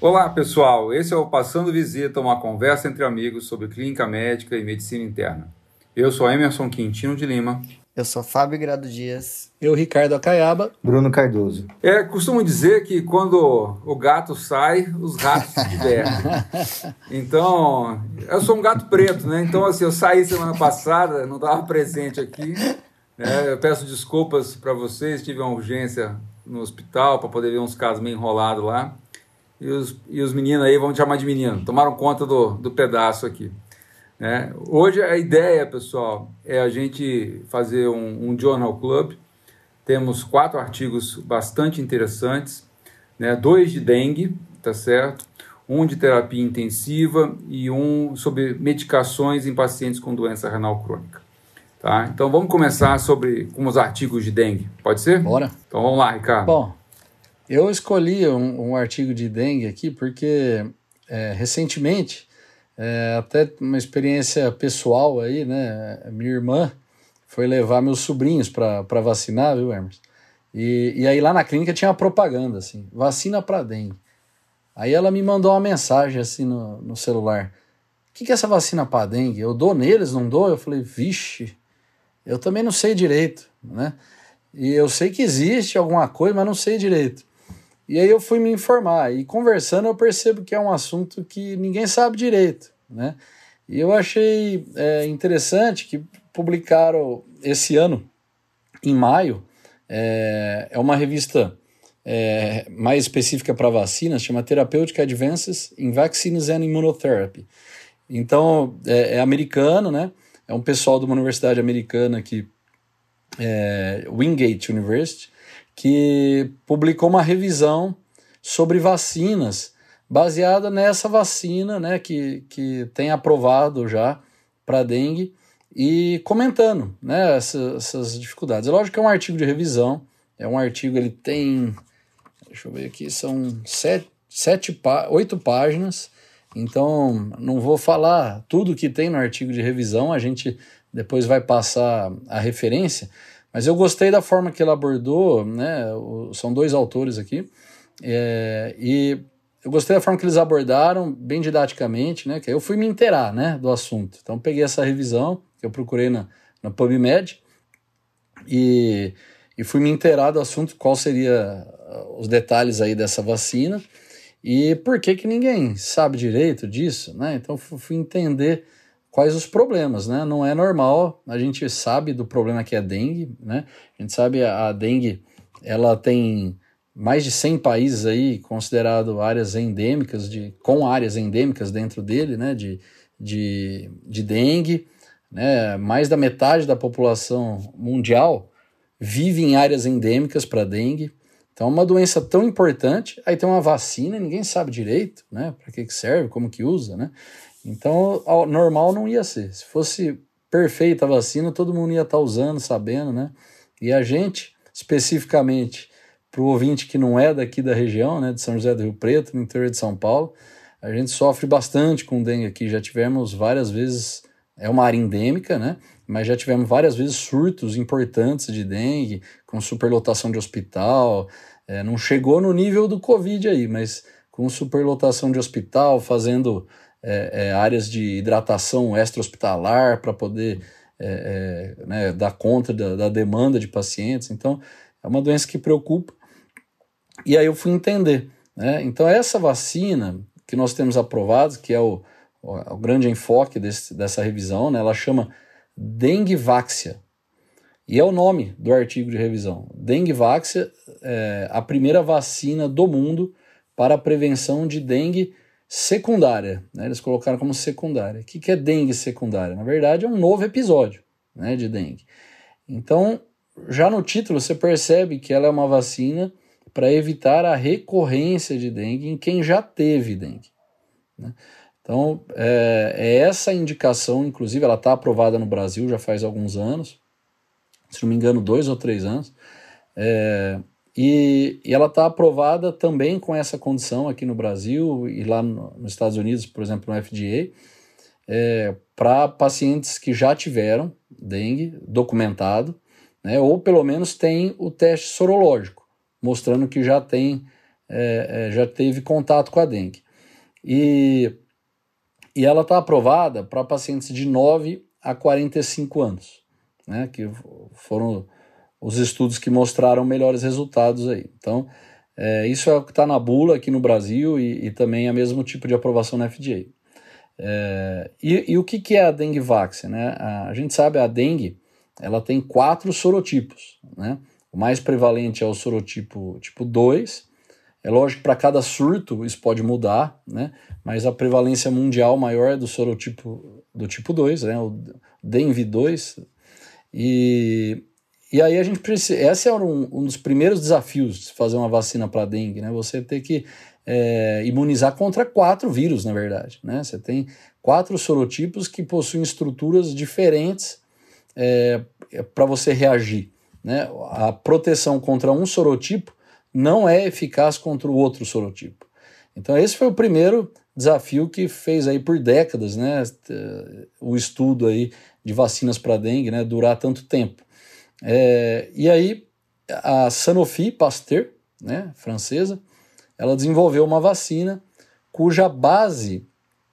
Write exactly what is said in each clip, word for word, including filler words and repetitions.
Olá, pessoal. Esse é o Passando Visita, uma conversa entre amigos sobre clínica médica e medicina interna. Eu sou Emerson Quintino de Lima. Eu sou Fábio Grado Dias. Eu, Ricardo Acaiaba. Bruno Cardoso. É, costumo dizer que quando o gato sai, os ratos se divertem. Então, eu sou um gato preto, né? Então, assim, eu saí semana passada, não estava presente aqui. Né? Eu peço desculpas para vocês, tive uma urgência no hospital para poder ver uns casos meio enrolados lá. E os, e os meninos aí, vamos chamar de menino, tomaram conta do, do pedaço aqui. Né? Hoje a ideia, pessoal, é a gente fazer um, um Journal Club. Temos quatro artigos bastante interessantes, né? Dois de dengue, tá certo? Um de terapia intensiva e um sobre medicações em pacientes com doença renal crônica. Tá? Então vamos começar sobre, com os artigos de dengue, pode ser? Bora. Então vamos lá, Ricardo. Bom, eu escolhi um, um artigo de dengue aqui porque é, recentemente, é, até uma experiência pessoal aí, né? Minha irmã foi levar meus sobrinhos para vacinar, viu, Hermes? E, e aí lá na clínica tinha uma propaganda, assim, vacina para dengue. Aí ela me mandou uma mensagem assim no, no celular. O que, que é essa vacina para dengue? Eu dou neles, não dou? Eu falei, vixe, eu também não sei direito, né? E eu sei que existe alguma coisa, mas não sei direito. E aí eu fui me informar, e conversando eu percebo que é um assunto que ninguém sabe direito, né? E eu achei é, interessante que publicaram esse ano, em maio, é, é uma revista é, mais específica para vacinas, chama Therapeutic Advances in Vaccines and Immunotherapy. Então, é, é americano, né? É um pessoal de uma universidade americana que é, Wingate University, que publicou uma revisão sobre vacinas, baseada nessa vacina, né, que, que tem aprovado já para dengue, e comentando, né, essa, essas dificuldades. É lógico que é um artigo de revisão, é um artigo, ele tem, deixa eu ver aqui, são sete, sete, oito páginas, então não vou falar tudo que tem no artigo de revisão, a gente depois vai passar a referência, mas eu gostei da forma que ele abordou, né? São dois autores aqui, é, e eu gostei da forma que eles abordaram, bem didaticamente, né? Que eu fui me inteirar, né, do assunto. Então peguei essa revisão, que eu procurei na, na PubMed, e, e fui me inteirar do assunto, qual seria os detalhes aí dessa vacina, e por que que ninguém sabe direito disso, né? Então fui entender quais os problemas, né? Não é normal, a gente sabe do problema que é dengue, né? A gente sabe a, a dengue, ela tem mais de cem países aí considerado áreas endêmicas, de, com áreas endêmicas dentro dele, né? De, de, de dengue, né? Mais da metade da população mundial vive em áreas endêmicas para dengue. Então é uma doença tão importante, aí tem uma vacina e ninguém sabe direito, né? Para que que serve, como que usa, né? Então, normal não ia ser. Se fosse perfeita a vacina, todo mundo ia estar usando, sabendo, né? E a gente, especificamente, para o ouvinte que não é daqui da região, né, de São José do Rio Preto, no interior de São Paulo, a gente sofre bastante com dengue aqui. Já tivemos várias vezes, é uma área endêmica, né? Mas já tivemos várias vezes surtos importantes de dengue, com superlotação de hospital. É, não chegou no nível do Covid aí, mas com superlotação de hospital, fazendo... É, é, áreas de hidratação extra-hospitalar para poder é, é, né, dar conta da, da demanda de pacientes. Então, é uma doença que preocupa. E aí eu fui entender, né? Então, essa vacina que nós temos aprovado, que é o, o, o grande enfoque desse, dessa revisão, né, ela chama Dengvaxia. E é o nome do artigo de revisão. Dengvaxia é a primeira vacina do mundo para a prevenção de dengue secundária, né? Eles colocaram como secundária. O que, que é dengue secundária? Na verdade, é um novo episódio, né, de dengue. Então, já no título, você percebe que ela é uma vacina para evitar a recorrência de dengue em quem já teve dengue, né? Então, é, é essa indicação, inclusive, ela está aprovada no Brasil já faz alguns anos, se não me engano, dois ou três anos, é, E, e ela está aprovada também com essa condição aqui no Brasil e lá no, nos Estados Unidos, por exemplo, no F D A, é, para pacientes que já tiveram dengue documentado, né, ou pelo menos tem o teste sorológico, mostrando que já tem é, é, já teve contato com a dengue. E, e ela está aprovada para pacientes de nove a quarenta e cinco anos, né, que foram os estudos que mostraram melhores resultados aí. Então, é, isso é o que está na bula aqui no Brasil e, e também é o mesmo tipo de aprovação na F D A. É, e, e o que, que é a Dengvax, né? A, a gente sabe a dengue, ela tem quatro sorotipos, né? O mais prevalente é o sorotipo tipo dois. É lógico que para cada surto isso pode mudar, né? Mas a prevalência mundial maior é do sorotipo do tipo dois, né? O dengue dois. E, e aí a gente precisa. Esse era um, um dos primeiros desafios de fazer uma vacina para dengue, né? Você ter que é, imunizar contra quatro vírus, na verdade, né? Você tem quatro sorotipos que possuem estruturas diferentes é, para você reagir, né? A proteção contra um sorotipo não é eficaz contra o outro sorotipo. Então esse foi o primeiro desafio que fez aí por décadas, né, o estudo aí de vacinas para dengue, né, durar tanto tempo. É, e aí a Sanofi Pasteur, né, francesa, ela desenvolveu uma vacina cuja base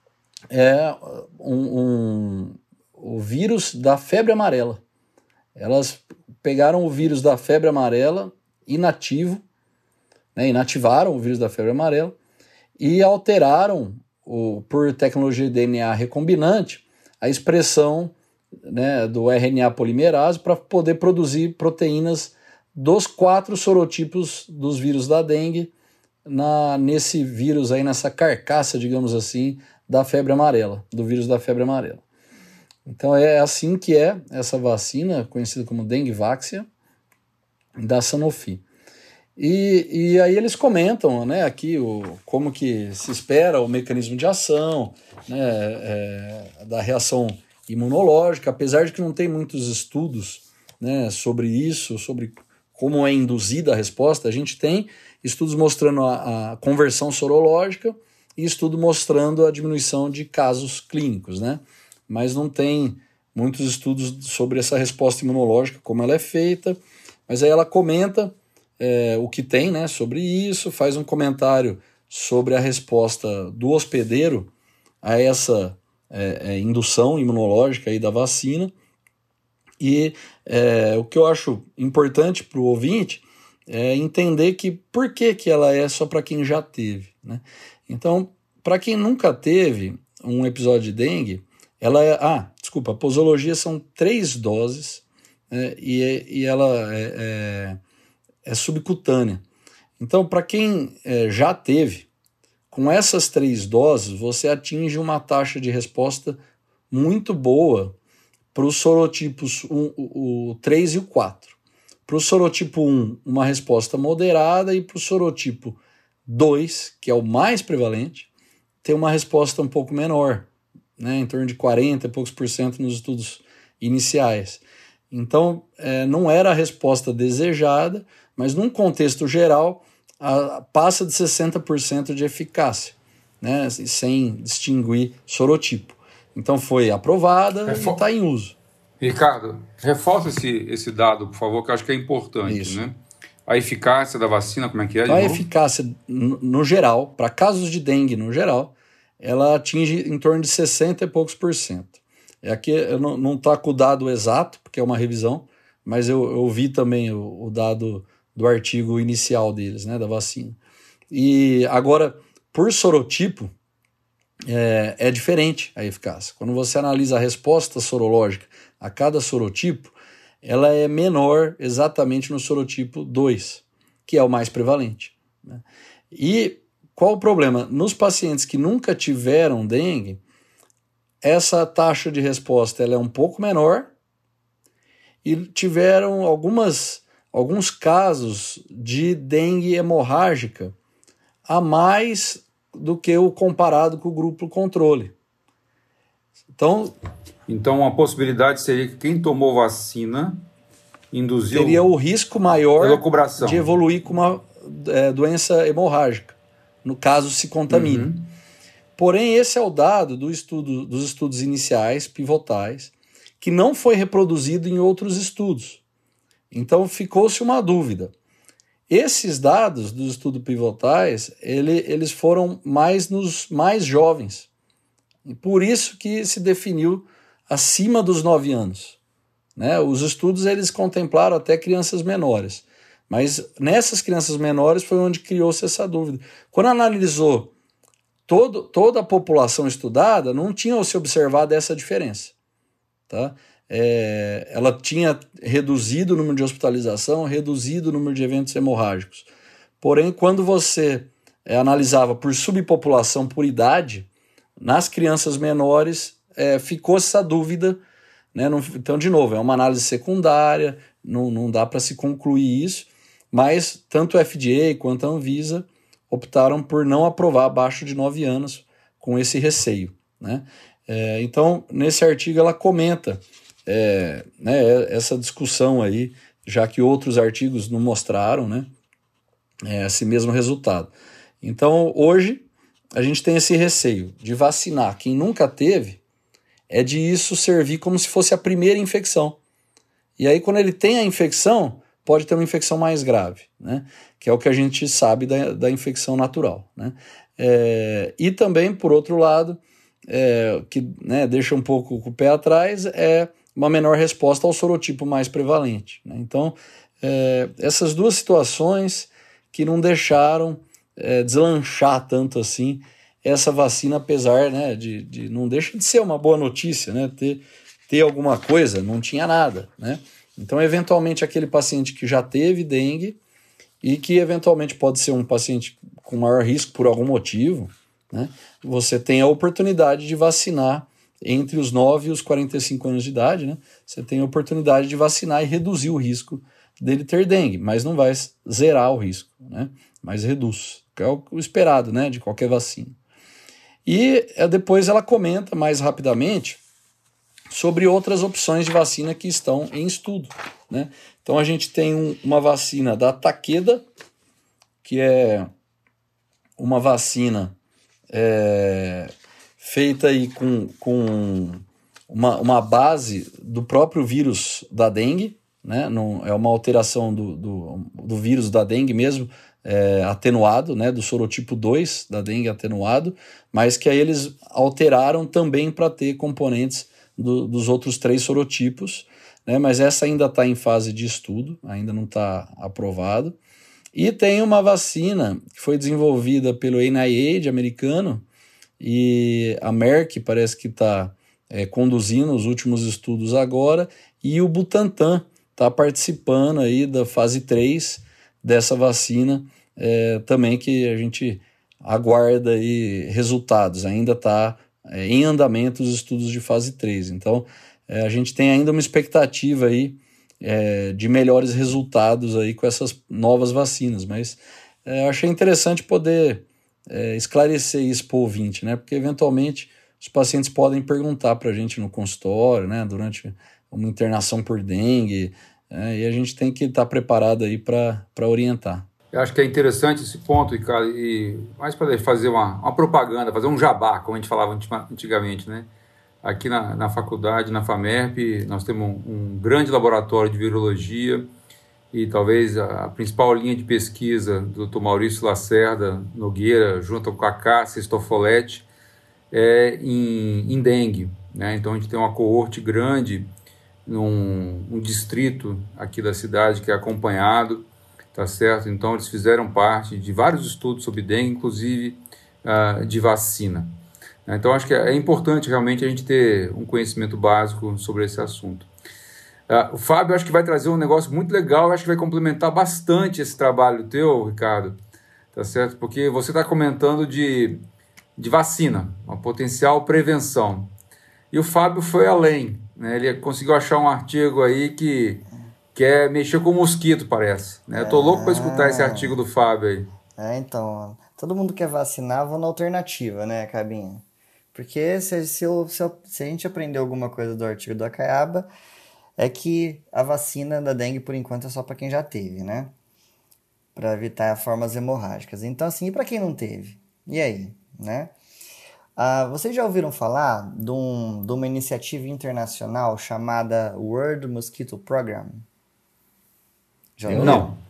é um, um, o vírus da febre amarela. Elas pegaram o vírus da febre amarela inativo, né, inativaram o vírus da febre amarela e alteraram, o, por tecnologia de D N A recombinante, a expressão, né, do R N A polimerase para poder produzir proteínas dos quatro sorotipos dos vírus da dengue na, nesse vírus aí, nessa carcaça, digamos assim, da febre amarela, do vírus da febre amarela. Então é assim que é essa vacina, conhecida como Dengvaxia, da Sanofi. E, e aí eles comentam, né, aqui o, como que se espera o mecanismo de ação, né, é, da reação imunológica, apesar de que não tem muitos estudos, né, sobre isso, sobre como é induzida a resposta. A gente tem estudos mostrando a, a conversão sorológica e estudo mostrando a diminuição de casos clínicos, né, mas não tem muitos estudos sobre essa resposta imunológica, como ela é feita. Mas aí ela comenta É, o que tem, né, sobre isso, faz um comentário sobre a resposta do hospedeiro a essa é, é, indução imunológica aí da vacina. E é, o que eu acho importante para o ouvinte é entender que por que, que ela é só para quem já teve, né? Então, para quem nunca teve um episódio de dengue, ela é... Ah, desculpa, a posologia são três doses, né, e, e ela é... é é subcutânea. Então, para quem é, já teve, com essas três doses, você atinge uma taxa de resposta muito boa para os sorotipos um, o, o três e o quatro. Para o sorotipo um, uma resposta moderada, e para o sorotipo dois, que é o mais prevalente, tem uma resposta um pouco menor, né, em torno de quarenta e poucos por cento nos estudos iniciais. Então, é, não era a resposta desejada, mas num contexto geral, a, passa de sessenta por cento de eficácia, né, sem distinguir sorotipo. Então foi aprovada Refo- e está em uso. Ricardo, reforça esse, esse dado, por favor, que eu acho que é importante. Isso. Né? A eficácia da vacina, como é que é? Então, a eficácia, no, no geral, para casos de dengue no geral, ela atinge em torno de sessenta e poucos por cento. É aqui eu não está com o dado exato, porque é uma revisão, mas eu, eu vi também o, o dado do artigo inicial deles, né, da vacina. E agora, por sorotipo, é, é diferente a eficácia. Quando você analisa a resposta sorológica a cada sorotipo, ela é menor exatamente no sorotipo dois, que é o mais prevalente, né? E qual o problema? Nos pacientes que nunca tiveram dengue, essa taxa de resposta ela é um pouco menor e tiveram algumas, alguns casos de dengue hemorrágica a mais do que o comparado com o grupo controle. Então, então a possibilidade seria que quem tomou vacina induziu... teria o risco maior de evoluir com uma é, doença hemorrágica, no caso se contamine. Uhum. Porém, esse é o dado do estudo, dos estudos iniciais, pivotais, que não foi reproduzido em outros estudos. Então, ficou-se uma dúvida. Esses dados dos estudos pivotais, ele, eles foram mais nos mais jovens. E por isso que se definiu acima dos nove anos. Né? Os estudos eles contemplaram até crianças menores. Mas nessas crianças menores foi onde criou-se essa dúvida. Quando analisou todo, toda a população estudada, não tinha se observado essa diferença. Tá? É, ela tinha reduzido o número de hospitalização, reduzido o número de eventos hemorrágicos. Porém, quando você é, analisava por subpopulação, por idade, nas crianças menores é, ficou essa dúvida. Né? Não, então, de novo, é uma análise secundária, não, não dá para se concluir isso, mas tanto o F D A quanto a Anvisa optaram por não aprovar abaixo de nove anos com esse receio. Né? É, então, nesse artigo ela comenta É, né, essa discussão aí, já que outros artigos não mostraram, né, é, esse mesmo resultado. Então, hoje, a gente tem esse receio de vacinar quem nunca teve, é de isso servir como se fosse a primeira infecção. E aí, quando ele tem a infecção, pode ter uma infecção mais grave, né, que é o que a gente sabe da, da infecção natural. Né. É, e também, por outro lado, é, que né, deixa um pouco o pé atrás, é uma menor resposta ao sorotipo mais prevalente. Né? Então, é, essas duas situações que não deixaram é, deslanchar tanto assim essa vacina, apesar né, de, de não deixa de ser uma boa notícia, né? ter, ter alguma coisa, não tinha nada. Né? Então, eventualmente, aquele paciente que já teve dengue e que eventualmente pode ser um paciente com maior risco por algum motivo, né? Você tem a oportunidade de vacinar entre os nove e os quarenta e cinco anos de idade, né? Você tem a oportunidade de vacinar e reduzir o risco dele ter dengue, mas não vai zerar o risco, né? Mas reduz, que é o esperado, né, de qualquer vacina. E depois ela comenta mais rapidamente sobre outras opções de vacina que estão em estudo, né? Então a gente tem um, uma vacina da Takeda, que é uma vacina é, feita aí com, com uma, uma base do próprio vírus da dengue, né? Não, é uma alteração do, do, do vírus da dengue mesmo, é, atenuado, né? Do sorotipo dois da dengue atenuado, mas que aí eles alteraram também para ter componentes do, dos outros três sorotipos, né? Mas essa ainda está em fase de estudo, ainda não está aprovado. E tem uma vacina que foi desenvolvida pelo N I H americano, e a Merck parece que está é, conduzindo os últimos estudos agora, e o Butantan está participando aí da fase três dessa vacina, é, também que a gente aguarda aí resultados, ainda está é, em andamento os estudos de fase três. Então, é, a gente tem ainda uma expectativa aí, é, de melhores resultados aí com essas novas vacinas, mas é, eu achei interessante poder É, esclarecer isso para o ouvinte, né? Porque eventualmente os pacientes podem perguntar para a gente no consultório, né? Durante uma internação por dengue, é, e a gente tem que estar tá preparado aí para orientar. Eu acho que é interessante esse ponto, Ricardo, e mais para fazer uma, uma propaganda, fazer um jabá, como a gente falava antigamente, né? Aqui na, na faculdade, na FAMERP, nós temos um, um grande laboratório de virologia, e talvez a principal linha de pesquisa do doutor Maurício Lacerda Nogueira, junto com a Cássia Stofoletti, é em, em dengue. Né? Então a gente tem uma coorte grande, num um distrito aqui da cidade que é acompanhado, tá certo? Então eles fizeram parte de vários estudos sobre dengue, inclusive uh, de vacina. Então acho que é importante realmente a gente ter um conhecimento básico sobre esse assunto. Uh, o Fábio acho que vai trazer um negócio muito legal, acho que vai complementar bastante esse trabalho teu, Ricardo, tá certo? Porque você está comentando de, de vacina, uma potencial prevenção. E o Fábio foi além, né? Ele conseguiu achar um artigo aí que quer mexer com mosquito, parece. Né? Eu tô louco para escutar esse artigo do Fábio aí. É, então, todo mundo quer vacinar, vou na alternativa, né, Cabinha? Porque se, se, eu, se, eu, se a gente aprender alguma coisa do artigo do Acaiaba, é que a vacina da dengue, por enquanto, é só para quem já teve, né? Para evitar formas hemorrágicas. Então, assim, e para quem não teve? E aí, né? Ah, vocês já ouviram falar de, um, de uma iniciativa internacional chamada World Mosquito Program? Já ouviram? Não.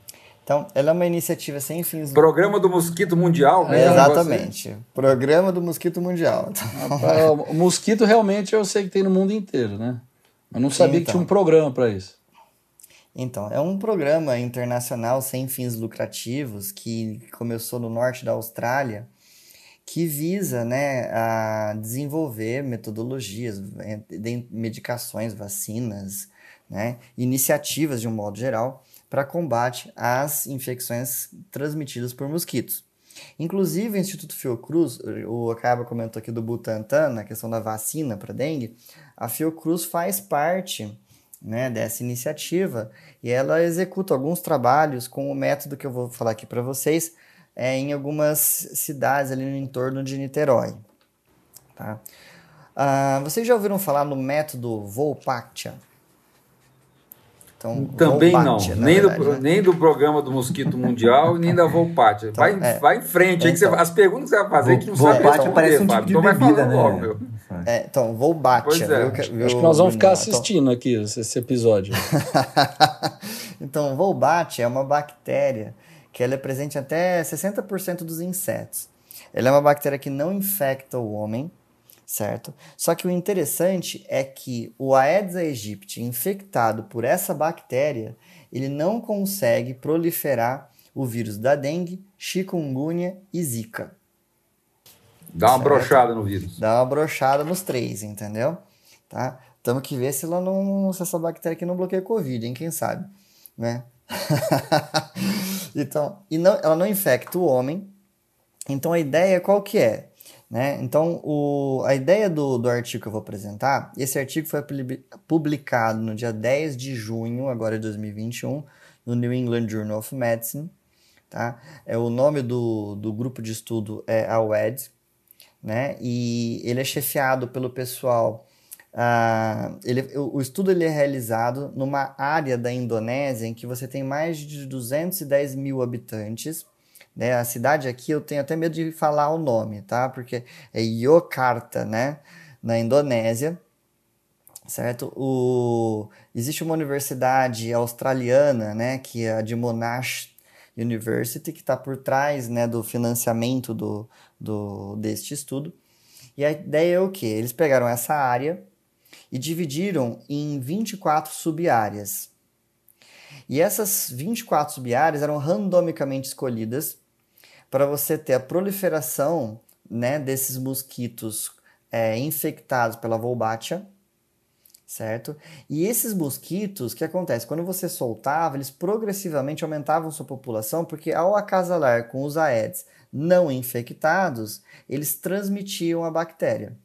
Então, ela é uma iniciativa sem fins... Programa do Mosquito Mundial, né? É, exatamente. Programa do Mosquito Mundial. Então... O mosquito realmente eu sei que tem no mundo inteiro, né? Eu não sabia então, que tinha um programa para isso. Então, é um programa internacional sem fins lucrativos que começou no norte da Austrália, que visa, né, a desenvolver metodologias, medicações, vacinas, né, iniciativas de um modo geral para combate às infecções transmitidas por mosquitos. Inclusive, o Instituto Fiocruz, o Acaba comentou aqui do Butantan, na questão da vacina para dengue, a Fiocruz faz parte, né, dessa iniciativa e ela executa alguns trabalhos com o método que eu vou falar aqui para vocês, É, em algumas cidades ali no entorno de Niterói. Tá? Ah, vocês já ouviram falar no método Volpatia? Então, Também Volpatia, não, nem, verdade, do, né? nem do programa do Mosquito Mundial, nem da Volpatia. Então, vai, é, vai em frente, é, aí que então, você, as perguntas que você vai fazer que não sabe Volpatia parece um tipo de então bebida, né? Logo, meu. É, então, Volpatia. É. Viu, viu, Acho que nós vamos ficar então, assistindo aqui esse episódio. Então, Volpatia é uma bactéria que ela é presente em até sessenta por cento dos insetos. Ela é uma bactéria que não infecta o homem, certo? Só que o interessante é que o Aedes aegypti infectado por essa bactéria, ele não consegue proliferar o vírus da dengue, chikungunya e zika. Dá uma certo? brochada no vírus. Dá uma brochada nos três, entendeu? Tá? Temos que ver se, ela não, se essa bactéria aqui não bloqueia Covid, hein? Quem sabe, né? Então, e não, ela não infecta o homem. Então a ideia qual que é? Né? Então o, a ideia do, do artigo que eu vou apresentar, esse artigo foi publicado no dia dez de junho, agora de dois mil e vinte e um, no New England Journal of Medicine. Tá? É, o nome do, do grupo de estudo é A W E D, né? E ele é chefiado pelo pessoal... Uh, ele, o, o estudo ele é realizado numa área da Indonésia em que você tem mais de duzentos e dez mil habitantes, né? A cidade aqui eu tenho até medo de falar o nome, tá? Porque é Yogyakarta, né? Na Indonésia, certo? O, existe uma universidade australiana, né? Que é a de Monash University, que está por trás, né, do financiamento do, do, deste estudo. E a ideia é o quê? Eles pegaram essa área e dividiram em vinte e quatro sub-áreas. E essas vinte e quatro sub-áreas eram randomicamente escolhidas para você ter a proliferação, né, desses mosquitos é, infectados pela Volpatia, certo? E esses mosquitos, o que acontece? Quando você soltava, eles progressivamente aumentavam sua população, porque ao acasalar com os Aedes não infectados, eles transmitiam a bactéria.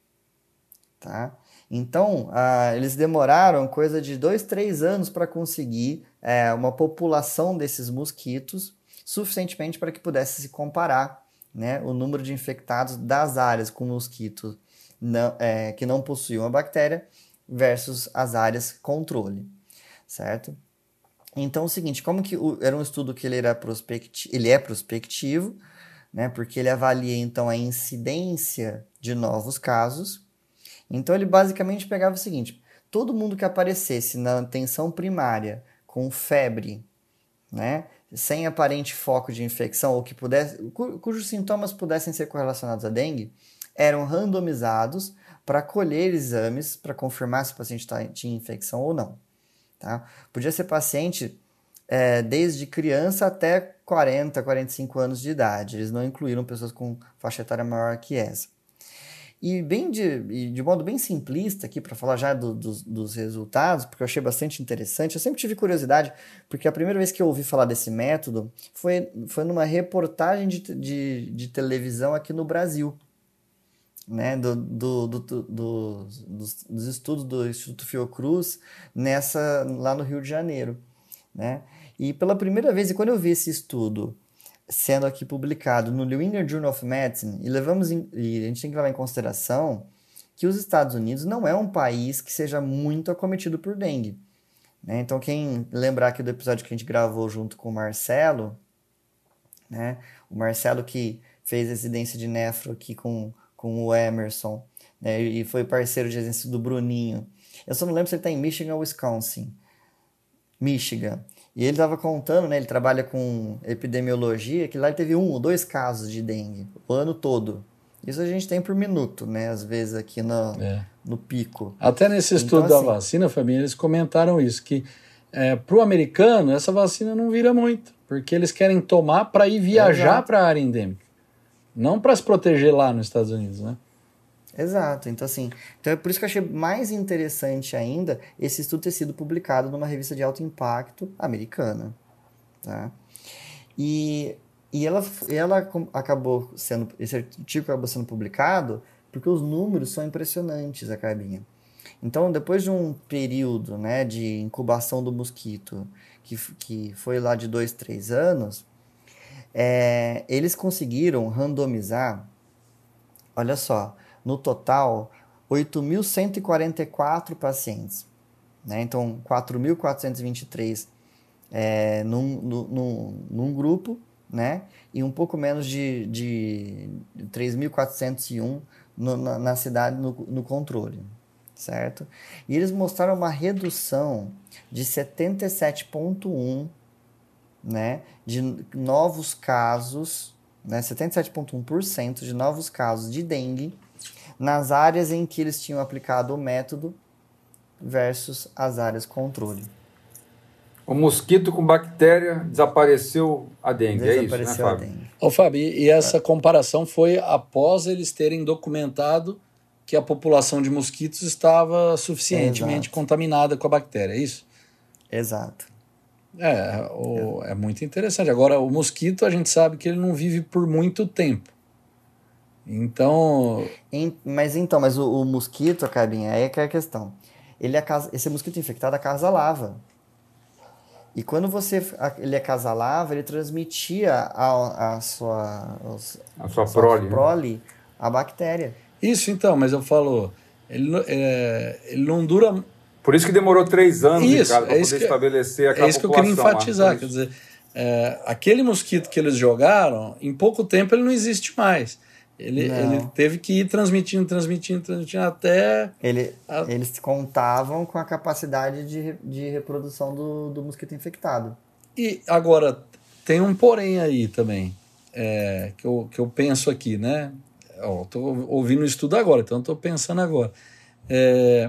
Tá? Então, ah, eles demoraram coisa de dois, três anos para conseguir é, uma população desses mosquitos suficientemente para que pudesse se comparar, né, o número de infectados das áreas com mosquitos não, é, que não possuíam a bactéria versus as áreas controle, certo? Então, é o seguinte, como que o, era um estudo que ele, era prospecti, ele é prospectivo, né, porque ele avalia, então, a incidência de novos casos. Então, ele basicamente pegava o seguinte, todo mundo que aparecesse na atenção primária com febre, né, sem aparente foco de infecção, ou que pudesse, cu, cujos sintomas pudessem ser correlacionados à dengue, eram randomizados para colher exames para confirmar se o paciente tá, tinha infecção ou não. Tá? Podia ser paciente é, desde criança até quarenta, quarenta e cinco anos de idade. Eles não incluíram pessoas com faixa etária maior que essa. E bem de, de modo bem simplista aqui, para falar já do, do, dos resultados, porque eu achei bastante interessante. Eu sempre tive curiosidade, porque a primeira vez que eu ouvi falar desse método foi, foi numa reportagem de, de, de televisão aqui no Brasil, né, do, do, do, do, do, dos, dos estudos do Instituto Fiocruz nessa, lá no Rio de Janeiro. Né? E pela primeira vez, e quando eu vi esse estudo sendo aqui publicado no New England Journal of Medicine, e, levamos em, e a gente tem que levar em consideração que os Estados Unidos não é um país que seja muito acometido por dengue. Né? Então, quem lembrar aqui do episódio que a gente gravou junto com o Marcelo, né? O Marcelo que fez residência de nefro aqui com, com o Emerson, né? E foi parceiro de residência do Bruninho. Eu só não lembro se ele está em Michigan ou Wisconsin. Michigan. E ele estava contando, né? Ele trabalha com epidemiologia, que lá ele teve um ou dois casos de dengue o ano todo. Isso a gente tem por minuto, né? Às vezes aqui no, É. no pico. Até nesse estudo Então, assim, da vacina, Fabinho, eles comentaram isso, que é, para o americano essa vacina não vira muito, porque eles querem tomar para ir viajar para a área endêmica, não para se proteger lá nos Estados Unidos, né? Exato, então assim, então é por isso que eu achei mais interessante ainda esse estudo ter sido publicado numa revista de alto impacto americana, tá? E, e ela, ela acabou sendo, esse artigo acabou sendo publicado porque os números são impressionantes, a Carbinha. Então, depois de um período, né, de incubação do mosquito, que, que foi lá de dois, três anos, é, eles conseguiram randomizar, olha só, no total, oito mil cento e quarenta e quatro pacientes. Né? Então, quatro mil quatrocentos e vinte e três é, num, num, num grupo, né? E um pouco menos de, de três mil quatrocentos e um no, na, na cidade no, no controle. Certo? E eles mostraram uma redução de setenta e sete vírgula um, né, de novos casos, né, setenta e sete vírgula um por cento de novos casos de dengue nas áreas em que eles tinham aplicado o método versus as áreas controle. O mosquito com bactéria desapareceu a dengue, é isso, né, Desapareceu a Fábio? dengue. Ô, Fábio, e essa comparação foi após eles terem documentado que a população de mosquitos estava suficientemente Exato. contaminada com a bactéria, é isso? Exato. É, o, é muito interessante. Agora, o mosquito, a gente sabe que ele não vive por muito tempo. Então... Em, mas então, mas o, o mosquito, a Cabinha, aí é que é a questão. Ele acasa, esse mosquito infectado acasalava. E quando você ele acasalava, ele transmitia a, a sua, os, A sua a sua prole, né? prole a bactéria. Isso, então, mas eu falo, ele, não- é, ele não dura... Por isso que demorou três anos, Isso, Ricardo, para é isso poder que- estabelecer aquela É isso que eu queria população lá. enfatizar, Por quer isso. dizer, é, aquele mosquito que eles jogaram, em pouco tempo ele não existe mais. Ele, Não. ele teve que ir transmitindo, transmitindo, transmitindo até... Ele, Ah. Eles contavam com a capacidade de, re- de reprodução do, do mosquito infectado. E agora, tem um porém aí também, é, que, eu, que eu penso aqui, né? Estou ouvindo o estudo agora, então estou pensando agora. É,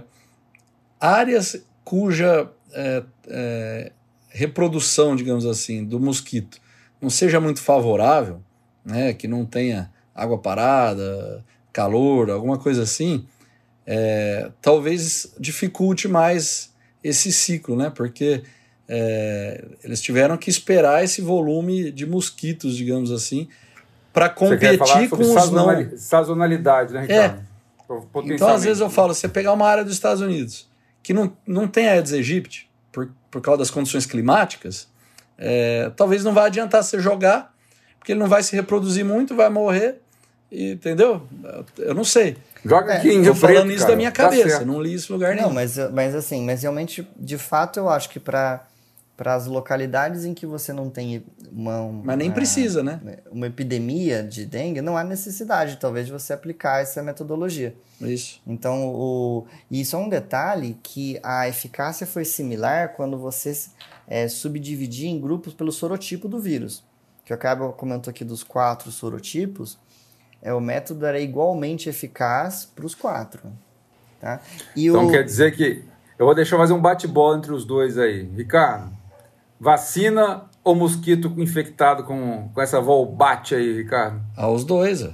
áreas cuja é, é, reprodução, digamos assim, do mosquito não seja muito favorável, né, que não tenha água parada, calor, alguma coisa assim, é, talvez dificulte mais esse ciclo, né, porque é, eles tiveram que esperar esse volume de mosquitos, digamos assim, para Você quer falar competir com sobre os não... sazonali- sazonalidade, né, Ricardo? Então, às vezes eu falo, você pegar uma área dos Estados Unidos que não, não tem Aedes aegypti, por, por causa das condições climáticas, é, talvez não vai adiantar você jogar, porque ele não vai se reproduzir muito, vai morrer, e, entendeu? Eu não sei. Joga É, aqui em Estou Rio falando Preto, isso cara. da minha Tá cabeça, certo. não li isso em lugar Não, nenhum. mas, mas assim, mas realmente, de fato, eu acho que para para as localidades em que você não tem uma, uma, Mas nem precisa, né? uma epidemia de dengue, não há necessidade, talvez, de você aplicar essa metodologia. Isso. Então, o, e isso é um detalhe que a eficácia foi similar quando você é, subdividir em grupos pelo sorotipo do vírus. Que eu acabo comentou aqui dos quatro sorotipos, é, o método era igualmente eficaz para os quatro. Tá? E Então o, quer dizer que... Eu vou deixar fazer um bate-bola entre os dois aí. Ricardo, vacina ou mosquito infectado com, com essa Volbate aí, Ricardo? Aos dois. ó.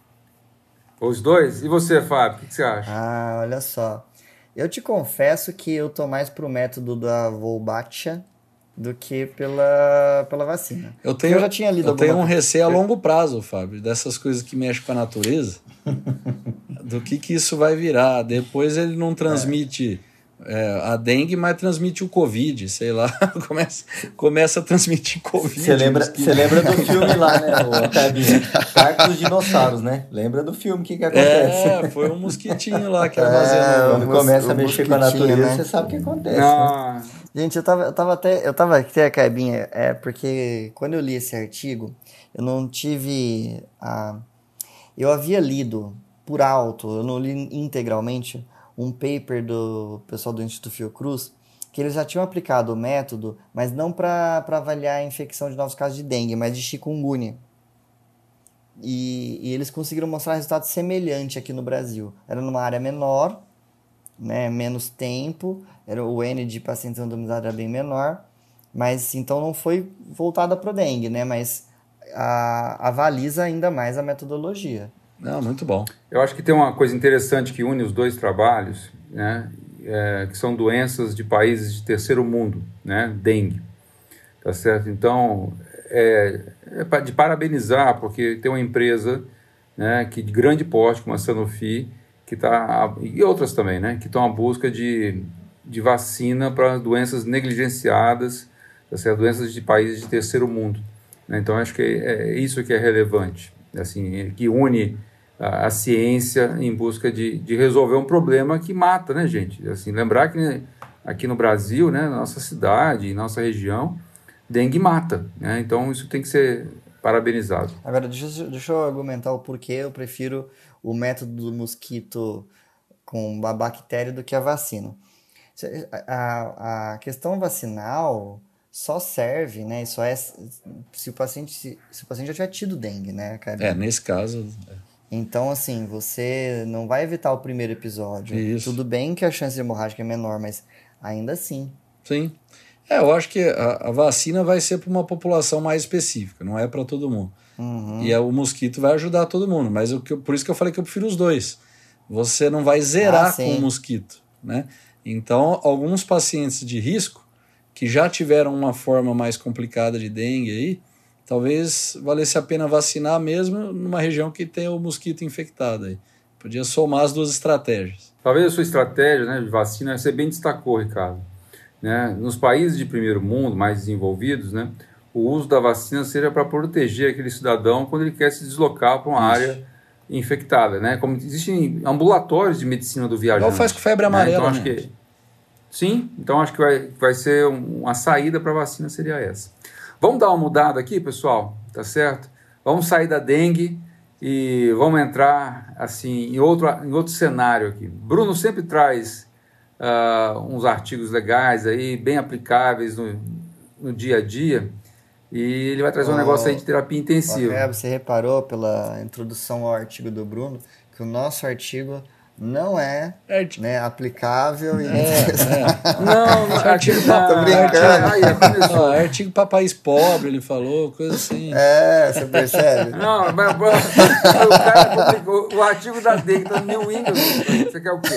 Os dois? E você, Fábio, o que, que você acha? Ah, olha só. Eu te confesso que eu tô mais pro método da Volbachia do que pela, pela vacina. Eu tenho, eu já tinha lido eu tenho um alguma coisa. receio a longo prazo, Fábio, dessas coisas que mexem com a natureza, do que, que isso vai virar. Depois ele não transmite é, a dengue, mas transmite o Covid, sei lá, começa, começa a transmitir Covid. Você lembra, mosquito. você lembra do filme lá, né, o Cabinha? Parque dos Dinossauros, né? Lembra do filme, o que que acontece? É, foi um mosquitinho lá que era É, fazendo... Quando o começa a mos- o mexer com a mosquitinho, natureza, né? você sabe o que acontece, né? Não, Gente, eu tava, eu tava até. Eu tava aqui, a Cabinha, é porque quando eu li esse artigo, eu não tive a. Eu havia lido por alto, eu não li integralmente, um paper do pessoal do Instituto Fiocruz, que eles já tinham aplicado o método, mas não para avaliar a infecção de novos casos de dengue, mas de chikungunya. E, e eles conseguiram mostrar resultados semelhantes aqui no Brasil. Era numa área menor, né, menos tempo, era, o N de pacientes randomizados era bem menor, mas então não foi voltada para o dengue, né, mas a, avaliza ainda mais a metodologia. Não, muito bom. Eu acho que tem uma coisa interessante que une os dois trabalhos, né, é, que são doenças de países de terceiro mundo, né, dengue, tá certo? Então, é, é de parabenizar, porque tem uma empresa, né, que, de grande porte, como a Sanofi, que tá, e outras também, né, que estão à busca de, de vacina para doenças negligenciadas, tá certo? Doenças de países de terceiro mundo. Né? Então, acho que é, é isso que é relevante, assim, que une a, a ciência em busca de, de resolver um problema que mata, né, gente? Assim, lembrar que aqui no Brasil, né, na nossa cidade, na nossa região, dengue mata, né? Então isso tem que ser parabenizado. Agora, deixa, deixa eu argumentar o porquê eu prefiro o método do mosquito com a bactéria do que a vacina. A, a questão vacinal só serve, né? Só é se o paciente, se, se o paciente já tiver tido dengue, né, cara? É, nesse caso... É. Então, assim, você não vai evitar o primeiro episódio. Isso. Tudo bem que a chance de hemorrágica é menor, mas ainda assim. Sim. É, eu acho que a, a vacina vai ser para uma população mais específica, não é para todo mundo. Uhum. E a, o mosquito vai ajudar todo mundo, mas eu, por isso que eu falei que eu prefiro os dois. Você não vai zerar ah, com o mosquito, né? Então, alguns pacientes de risco que já tiveram uma forma mais complicada de dengue aí, talvez valesse a pena vacinar mesmo numa região que tem o mosquito infectado aí. Podia somar as duas estratégias. Talvez a sua estratégia, né, de vacina, você bem destacou, Ricardo. Né? Nos países de primeiro mundo, mais desenvolvidos, né, o uso da vacina seja para proteger aquele cidadão quando ele quer se deslocar para uma Isso. área infectada. Né? Como existem ambulatórios de medicina do viajante. Igual faz com febre amarela. Né? Então, né? acho que, sim, então acho que vai, vai ser um, uma saída para a vacina seria essa. Vamos dar uma mudada aqui, pessoal, tá certo? Vamos sair da dengue e vamos entrar assim, em, outro, em outro cenário aqui. Bruno sempre traz uh, uns artigos legais, aí, bem aplicáveis no, no dia a dia, e ele vai trazer um oh, negócio aí de terapia intensiva. Oh, você reparou pela introdução ao artigo do Bruno que o nosso artigo não é, né, aplicável e... É, é. Não, não, artigo não, tô brincando. Aí, não, artigo para país pobre, ele falou, coisa assim. É, você percebe? Não, mas, mas o cara publicou o artigo da dengue no New England. Você quer o quê?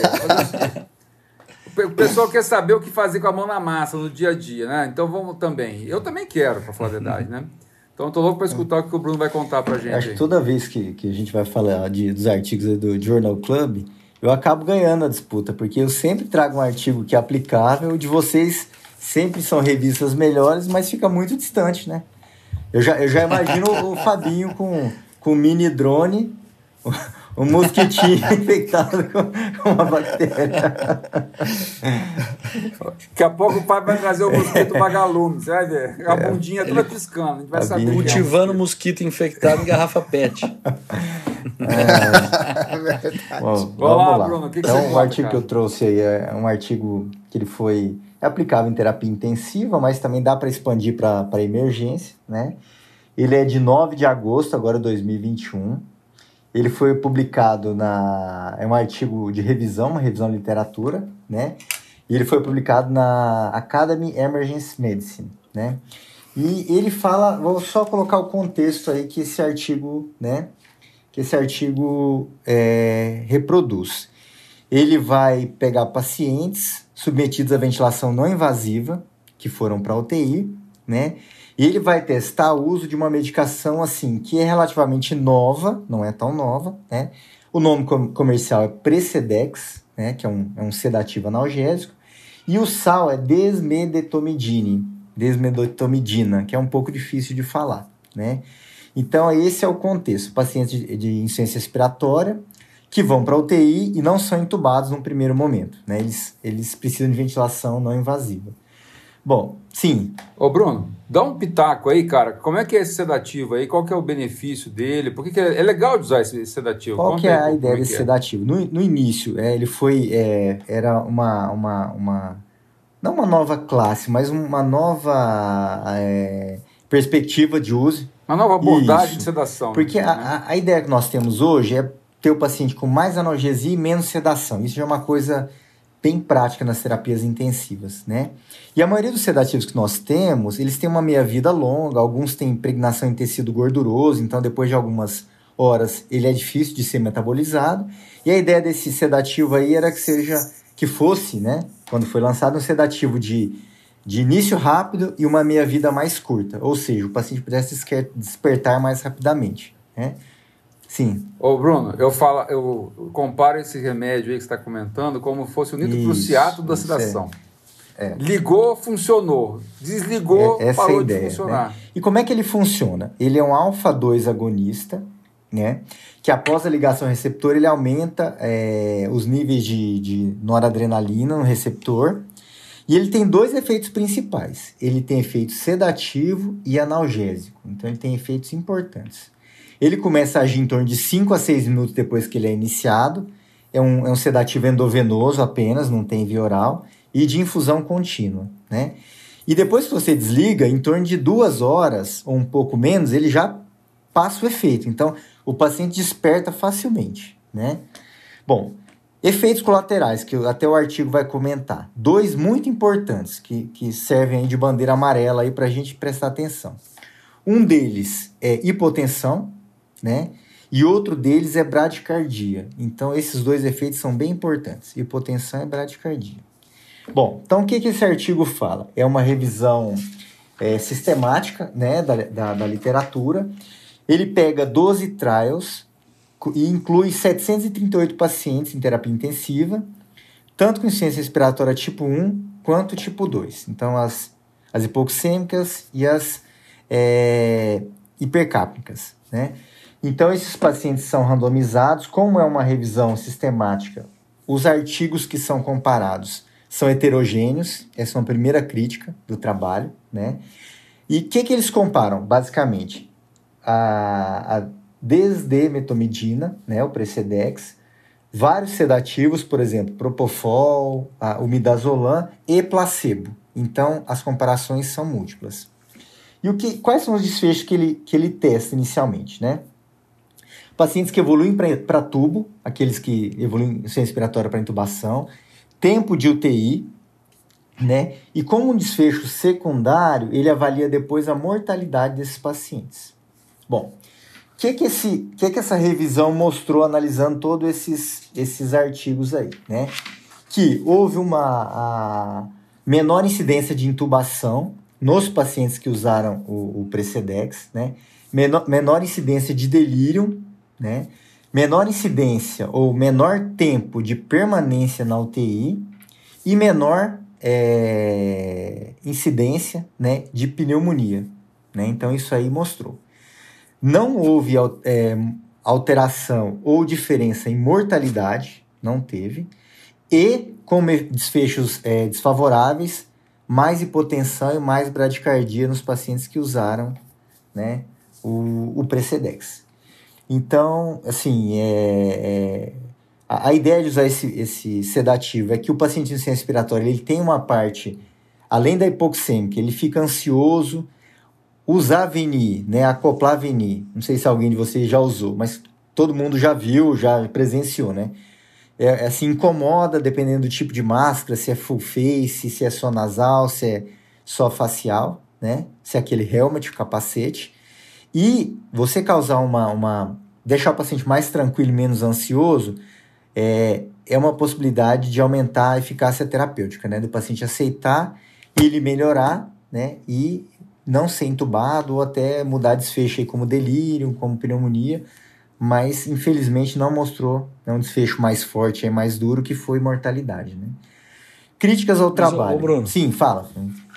O pessoal quer saber o que fazer com a mão na massa no dia a dia, né? Então vamos também. Eu também quero, para falar a verdade, né? Então eu tô louco para escutar o que o Bruno vai contar pra gente. Acho aí. que toda vez que, que a gente vai falar de, dos artigos do Journal Club, eu acabo ganhando a disputa, porque eu sempre trago um artigo que é aplicável, o de vocês sempre são revistas melhores, mas fica muito distante, né? Eu já, eu já imagino o Fabinho com, com um mini drone, um mosquitinho infectado com, com uma bactéria. Daqui a pouco o pai vai trazer o mosquito vagalume, você vai ver. A bundinha é, toda ele... piscando, a gente vai Fabinho. saber. Cultivando é um mosquito infectado em garrafa pet. É, verdade. Bom, vamos lá, lá. Bruno, o que que então, você o artigo cara? que eu trouxe aí é um artigo que ele foi é aplicável em terapia intensiva, mas também dá para expandir para emergência, né? Ele é de nove de agosto, agora dois mil e vinte e um. Ele foi publicado na... É um artigo de revisão, uma revisão de literatura, né? E ele foi publicado na Academy Emergency Medicine, né? E ele fala... Vou só colocar o contexto aí que esse artigo, né? Que esse artigo é, reproduz. Ele vai pegar pacientes submetidos à ventilação não invasiva, que foram para a U T I, né? E ele vai testar o uso de uma medicação, assim, que é relativamente nova, não é tão nova, né? O nome com- comercial é Precedex, né? Que é um, é um sedativo analgésico. E o S A L é desmedetomidine, desmedetomidina, que é um pouco difícil de falar, né? Então, esse é o contexto. Pacientes de, de insuficiência respiratória que vão para a U T I e não são entubados no primeiro momento, né? Eles, eles precisam de ventilação não invasiva. Bom, sim. Ô, Bruno, dá um pitaco aí, cara. Como é que é esse sedativo aí? Qual que é o benefício dele? Por que, que é, é legal de usar esse sedativo? Qual Conta que é aí, a ideia é desse é? sedativo? No, no início, é, ele foi... É, era uma... uma, uma não uma nova classe, mas uma nova é, perspectiva de uso. Uma nova abordagem Isso. de sedação. Porque né? a, a ideia que nós temos hoje é ter o paciente com mais analgesia e menos sedação. Isso já é uma coisa bem prática nas terapias intensivas, né? E a maioria dos sedativos que nós temos, eles têm uma meia-vida longa, alguns têm impregnação em tecido gorduroso, então depois de algumas horas ele é difícil de ser metabolizado. E a ideia desse sedativo aí era que seja, que fosse, né, quando foi lançado, um sedativo de, de início rápido e uma meia-vida mais curta, ou seja, o paciente pudesse despertar mais rapidamente, né? Sim. Ô Bruno, eu, falo, eu comparo esse remédio aí que você está comentando como fosse o nitroprusiato da sedação. É. É. Ligou, funcionou. Desligou, é, parou é ideia, de funcionar. Né? E como é que ele funciona? Ele é um alfa dois agonista, né? Que após a ligação ao receptor, ele aumenta é, os níveis de, de noradrenalina no receptor. E ele tem dois efeitos principais. Ele tem efeito sedativo e analgésico. Então, ele tem efeitos importantes. Ele começa a agir em torno de cinco a seis minutos depois que ele é iniciado. É um, é um sedativo endovenoso apenas, não tem via oral. E de infusão contínua, né? E depois que você desliga, em torno de duas horas ou um pouco menos, ele já passa o efeito. Então, o paciente desperta facilmente, né? Bom, efeitos colaterais, que até o artigo vai comentar. Dois muito importantes, que, que servem aí de bandeira amarela aí para a gente prestar atenção. Um deles é hipotensão, né? E outro deles é bradicardia. Então, esses dois efeitos são bem importantes. Hipotensão e bradicardia. Bom, então o que, que esse artigo fala? É uma revisão é, sistemática, né, da, da, da literatura. Ele pega doze trials e inclui setecentos e trinta e oito pacientes em terapia intensiva, tanto com insuficiência respiratória tipo um quanto tipo dois. Então, as, as hipoxêmicas e as é, hipercápnicas, né? Então, esses pacientes são randomizados. Como é uma revisão sistemática, os artigos que são comparados são heterogêneos. Essa é uma primeira crítica do trabalho, né? E o que, que eles comparam? Basicamente, a, a desdemetomidina, né, o Precedex, vários sedativos, por exemplo, Propofol, a, o Midazolam e placebo. Então, as comparações são múltiplas. E o que, quais são os desfechos que ele, que ele testa inicialmente, né? Pacientes que evoluem para tubo, aqueles que evoluem sem respiratória para intubação, tempo de U T I, né? E como um desfecho secundário, ele avalia depois a mortalidade desses pacientes. Bom, o que que, esse, que que essa revisão mostrou analisando todos esses, esses artigos aí, né? Que houve uma a menor incidência de intubação nos pacientes que usaram o, o Precedex, né? Menor, menor incidência de delírio, né? Menor incidência ou menor tempo de permanência na U T I e menor é, incidência, né, de pneumonia, né? Então, isso aí mostrou. Não houve é, alteração ou diferença em mortalidade, não teve, e com desfechos é, desfavoráveis, mais hipotensão e mais bradicardia nos pacientes que usaram, né, o, o Precedex. Então, assim, é, é, a, a ideia de usar esse, esse sedativo é que o paciente de insuficiência respiratória ele tem uma parte, além da hipoxêmica, ele fica ansioso. Usar V N I, né, acoplar V N I, não sei se alguém de vocês já usou, mas todo mundo já viu, já presenciou, né? É, é assim, incomoda dependendo do tipo de máscara, se é full face, se é só nasal, se é só facial, né? Se é aquele helmet, capacete. E você causar uma, uma... deixar o paciente mais tranquilo e menos ansioso é, é uma possibilidade de aumentar a eficácia terapêutica, né? Do paciente aceitar, ele melhorar, né? E não ser entubado ou até mudar desfecho aí como delírio, como pneumonia, mas infelizmente não mostrou, né, um desfecho mais forte, mais duro, que foi mortalidade, né? Críticas ao mas, trabalho. Ô, Bruno, sim, fala.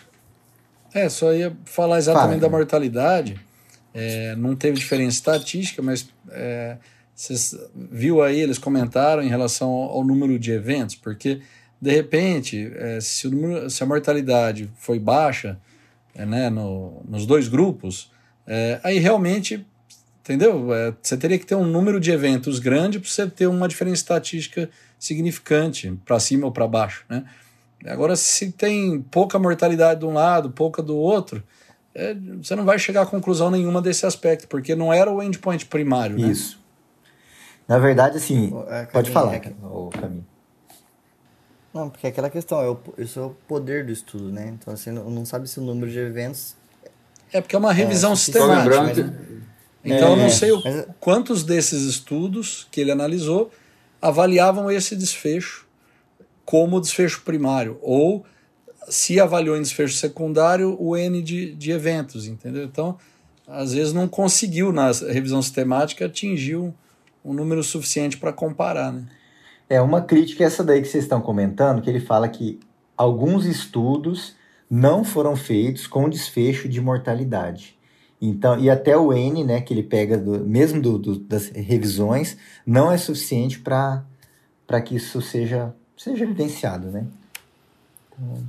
É, só ia falar exatamente fala, da mortalidade. É, não teve diferença estatística, mas é, vocês viu aí, eles comentaram em relação ao, ao número de eventos, porque de repente, é, se, o número, se a mortalidade foi baixa, é, né, no, nos dois grupos, é, aí realmente, entendeu? É, você teria que ter um número de eventos grande para você ter uma diferença estatística significante, para cima ou para baixo, né? Agora, se tem pouca mortalidade de um lado, pouca do outro, é, você não vai chegar a conclusão nenhuma desse aspecto, porque não era o endpoint primário, né? Isso. Na verdade, assim, É, pode falar, é que... o Caminho. Não, porque é aquela questão, é o, isso é o poder do estudo, né? Então, assim, não, não sabe se o número de eventos... É porque é uma revisão é, sistemática. mas... Então, é, eu não sei o, mas... quantos desses estudos que ele analisou avaliavam esse desfecho como desfecho primário, ou se avaliou em desfecho secundário o N de, de eventos, entendeu? Então, às vezes não conseguiu, na revisão sistemática, atingir um, um número suficiente para comparar, né? É, uma crítica é essa daí que vocês estão comentando, que ele fala que alguns estudos não foram feitos com desfecho de mortalidade. Então, e até o N, né, que ele pega do, mesmo do, do, das revisões, não é suficiente para que isso seja, seja evidenciado, né? Então...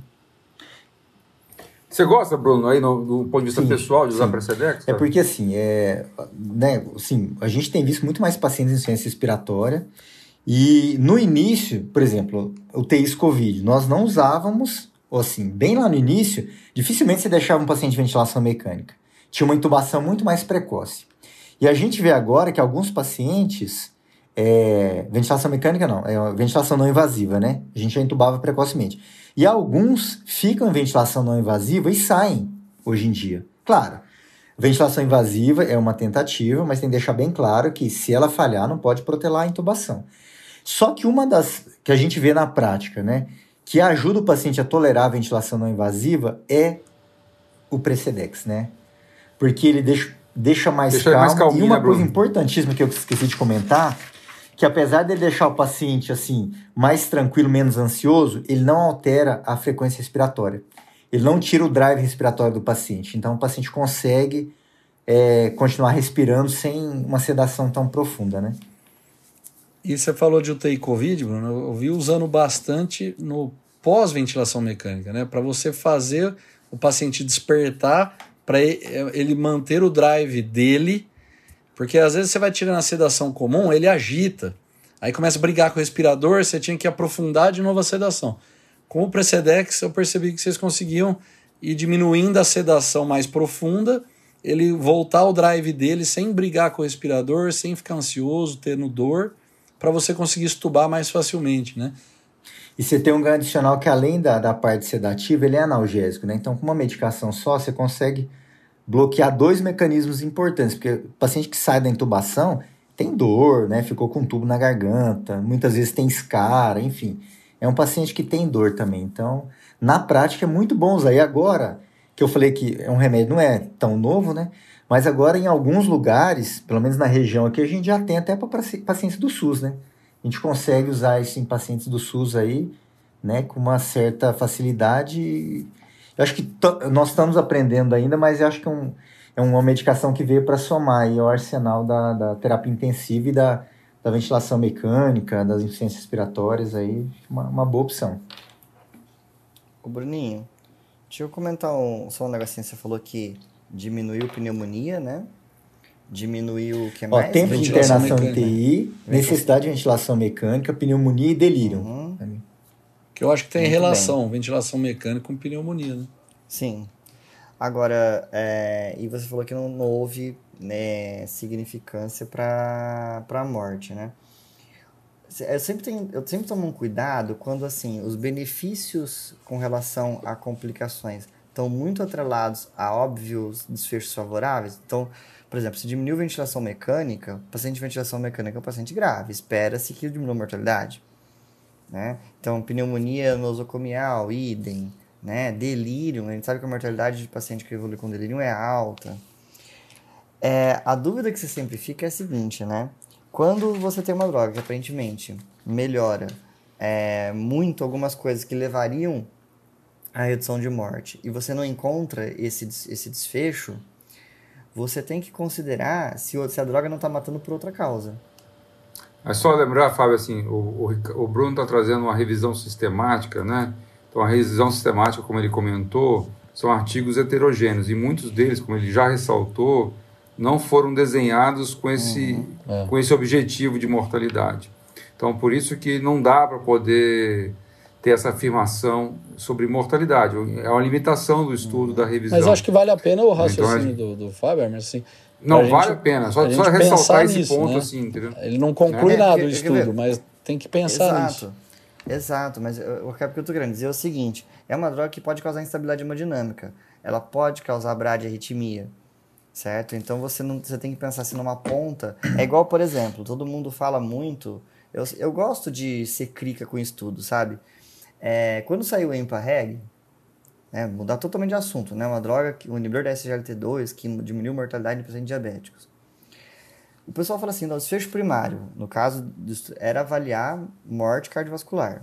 Você gosta, Bruno, aí no, do ponto de vista sim, pessoal, de usar sim. Precedex? É porque, assim, é, né, assim, a gente tem visto muito mais pacientes em insuficiência respiratória. E no início, por exemplo, U T Is Covid, nós não usávamos, ou assim, bem lá no início, dificilmente você deixava um paciente de ventilação mecânica. Tinha uma intubação muito mais precoce. E a gente vê agora que alguns pacientes, é, ventilação mecânica não, é ventilação não invasiva, né? A gente já intubava precocemente. E alguns ficam em ventilação não invasiva e saem hoje em dia. Claro, ventilação invasiva é uma tentativa, mas tem que deixar bem claro que se ela falhar, não pode protelar a intubação. Só que uma das que a gente vê na prática, né, que ajuda o paciente a tolerar a ventilação não invasiva é o Precedex, né? Porque ele deixa, deixa mais deixa calmo. Mais calminho, e uma né, coisa Bruno? Importantíssima que eu esqueci de comentar, que apesar de ele deixar o paciente assim mais tranquilo, menos ansioso, ele não altera a frequência respiratória. Ele não tira o drive respiratório do paciente. Então o paciente consegue é, continuar respirando sem uma sedação tão profunda, né? E você falou de U T I Covid, Bruno, eu vi usando bastante no pós-ventilação mecânica, né? Para você fazer o paciente despertar, para ele manter o drive dele, porque às vezes você vai tirando a sedação comum, ele agita, aí começa a brigar com o respirador, você tinha que aprofundar de novo a sedação. Com o Precedex, eu percebi que vocês conseguiam ir diminuindo a sedação mais profunda, ele voltar ao drive dele sem brigar com o respirador, sem ficar ansioso, tendo dor, para você conseguir estubar mais facilmente, né? E você tem um ganho adicional que, além da, da parte sedativa, ele é analgésico, né? Então, com uma medicação só, você consegue bloquear dois mecanismos importantes, porque o paciente que sai da intubação tem dor, né? Ficou com um tubo na garganta, muitas vezes tem escara, enfim. É um paciente que tem dor também. Então, na prática, é muito bom usar. E agora, que eu falei que é um remédio, não é tão novo, né? Mas agora, em alguns lugares, pelo menos na região aqui, a gente já tem até para pacientes do SUS, né? A gente consegue usar isso em pacientes do SUS aí, né? Com uma certa facilidade. Eu acho que t- nós estamos aprendendo ainda, mas eu acho que é, um, é uma medicação que veio para somar aí ao arsenal da, da terapia intensiva e da, da ventilação mecânica, das insuficiências respiratórias aí, uma, uma boa opção. Ô Bruninho, deixa eu comentar um, só um negocinho. Você falou que diminuiu pneumonia, né? Diminuiu o que mais? Ó, tempo de internação em U T I, mecânica. necessidade de ventilação mecânica, pneumonia e delírio. Uhum. Que eu acho que tem Muito relação, bem. ventilação mecânica com pneumonia, né? Sim. Agora, é, e você falou que não, não houve, né, significância para a morte, né? Eu sempre, tenho, eu sempre tomo um cuidado quando, assim, os benefícios com relação a complicações estão muito atrelados a óbvios desfechos favoráveis. Então, por exemplo, se diminuiu a ventilação mecânica, o paciente de ventilação mecânica é um paciente grave, espera-se que diminua a mortalidade, né? Então, pneumonia nosocomial, idem, né? Delírio, a gente sabe que a mortalidade de paciente que evolui com delírio é alta. É, a dúvida que você sempre fica é a seguinte, né? Quando você tem uma droga que aparentemente melhora é, muito algumas coisas que levariam à redução de morte e você não encontra esse, esse desfecho, você tem que considerar se, se a droga não está matando por outra causa. É só lembrar, Fábio, assim, o, o, o Bruno está trazendo uma revisão sistemática, né? Então, a revisão sistemática, como ele comentou, são artigos heterogêneos e muitos deles, como ele já ressaltou, não foram desenhados com esse, Uhum. com esse objetivo de mortalidade. Então, por isso que não dá para poder ter essa afirmação sobre mortalidade. É uma limitação do estudo, da revisão. Mas acho que vale a pena o raciocínio então, do, do Fábio, mas assim... Não, vale gente, a pena. Só, a só ressaltar esse nisso, ponto, né? Assim, entendeu? Ele não conclui é, nada que, do estudo, mas tem que pensar exato, nisso. Exato, mas o que eu tô querendo dizer é o seguinte, é uma droga que pode causar instabilidade hemodinâmica, ela pode causar bradiarritmia, certo? Então você, não, você tem que pensar assim numa ponta, é igual, por exemplo, todo mundo fala muito, eu, eu gosto de ser crica com estudo, sabe? É, quando saiu o Empareg, né, mudar totalmente de assunto, né? Uma droga, um inibidor da S G L T dois que diminuiu a mortalidade em pacientes diabéticos. O pessoal fala assim, o desfecho primário, no caso, era avaliar morte cardiovascular.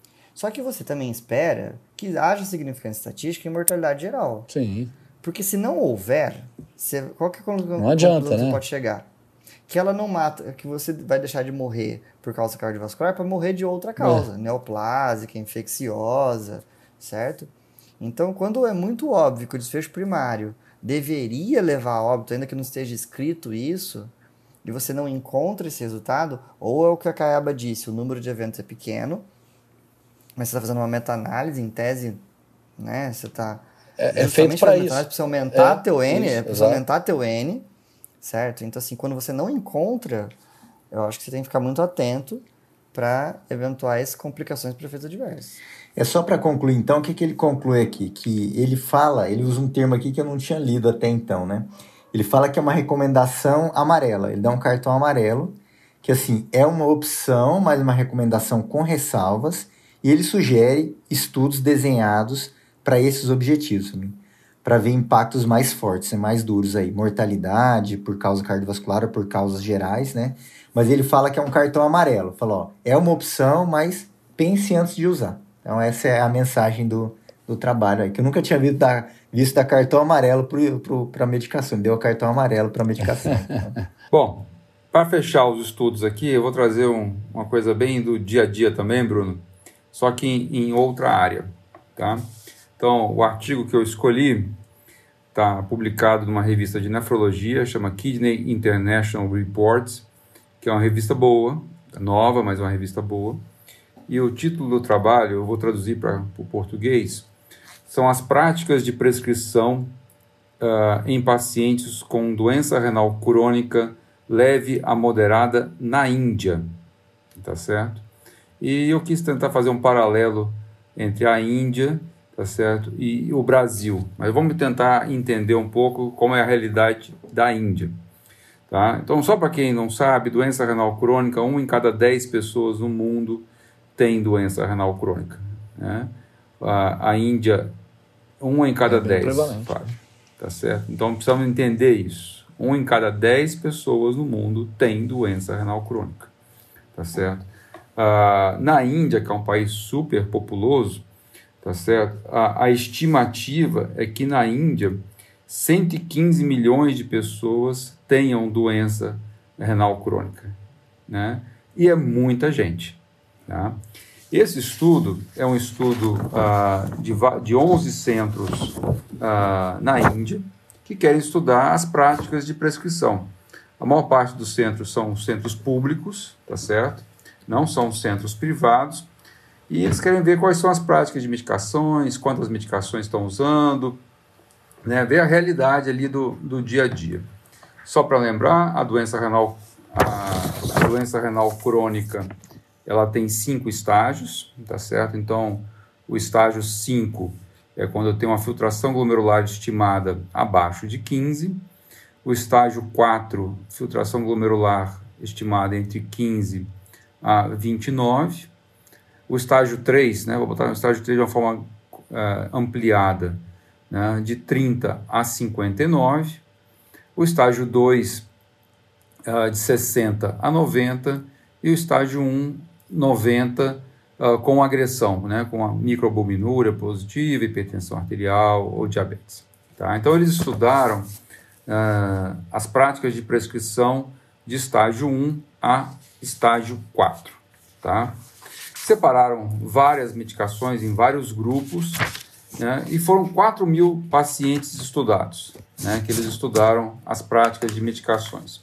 Só que você também espera que haja significância estatística em mortalidade geral. Sim. Porque se não houver, você, qual que é a conclusão não adianta, que você né? pode chegar? Que ela não mata, que você vai deixar de morrer por causa cardiovascular para morrer de outra causa, é. neoplásica, infecciosa, certo? Então, quando é muito óbvio que o desfecho primário deveria levar a óbito, ainda que não esteja escrito isso, e você não encontra esse resultado, ou é o que a Caiaba disse, o número de eventos é pequeno, mas você está fazendo uma meta-análise, em tese, né, você está... É, é feito para isso. Para você aumentar é, teu N, isso, é para você aumentar teu N, certo? Então, assim, quando você não encontra, eu acho que você tem que ficar muito atento para eventuais complicações para efeitos adversos. É só para concluir, então, o que, que ele conclui aqui? Que ele fala, ele usa um termo aqui que eu não tinha lido até então, né? Ele fala que é uma recomendação amarela, ele dá um cartão amarelo, que assim, é uma opção, mas uma recomendação com ressalvas, e ele sugere estudos desenhados para esses objetivos, para ver impactos mais fortes, mais duros aí, mortalidade por causa cardiovascular ou por causas gerais, né? Mas ele fala que é um cartão amarelo, fala, ó, é uma opção, mas pense antes de usar. Então essa é a mensagem do, do trabalho aí, que eu nunca tinha visto dar, visto dar cartão amarelo para a medicação, deu cartão amarelo para a medicação. Bom, para fechar os estudos aqui, eu vou trazer um, uma coisa bem do dia a dia também, Bruno, só que em, em outra área, tá? Então, o artigo que eu escolhi está publicado numa revista de nefrologia, chama Kidney International Reports, que é uma revista boa, nova, mas uma revista boa. E o título do trabalho, eu vou traduzir para o português, são as práticas de prescrição uh, em pacientes com doença renal crônica leve a moderada na Índia, tá certo? E eu quis tentar fazer um paralelo entre a Índia, tá certo, e o Brasil. Mas vamos tentar entender um pouco como é a realidade da Índia. Tá? Então, só para quem não sabe, doença renal crônica, um em cada dez pessoas no mundo tem doença renal crônica. Né? A, a Índia, um em cada dez. Tá certo? Então, precisamos entender isso. Um em cada dez pessoas no mundo tem doença renal crônica. Tá certo? Uh, na Índia, que é um país super populoso, tá certo? A, a estimativa é que na Índia cento e quinze milhões de pessoas tenham doença renal crônica, né? E é muita gente, tá? Esse estudo é um estudo uh, de, de onze centros uh, na Índia que querem estudar as práticas de prescrição. A maior parte dos centros são centros públicos, tá certo? Não são centros privados, e eles querem ver quais são as práticas de medicações, quantas medicações estão usando, né, ver a realidade ali do, do dia a dia. Só para lembrar, a doença renal, a, a doença renal crônica, ela tem cinco estágios, tá certo? Então, o estágio cinco é quando eu tenho uma filtração glomerular estimada abaixo de quinze, o estágio quatro, filtração glomerular estimada entre quinze a vinte e nove, o estágio três, né, vou botar no estágio três de uma forma uh, ampliada, né, de trinta a cinquenta e nove, o estágio dois uh, de sessenta a noventa e o estágio um, noventa, uh, com agressão, né, com a microalbuminúria positiva, hipertensão arterial ou diabetes. Tá? Então eles estudaram uh, as práticas de prescrição de estágio um a estágio quatro. Tá? Separaram várias medicações em vários grupos, né, e foram quatro mil pacientes estudados, né, que eles estudaram as práticas de medicações.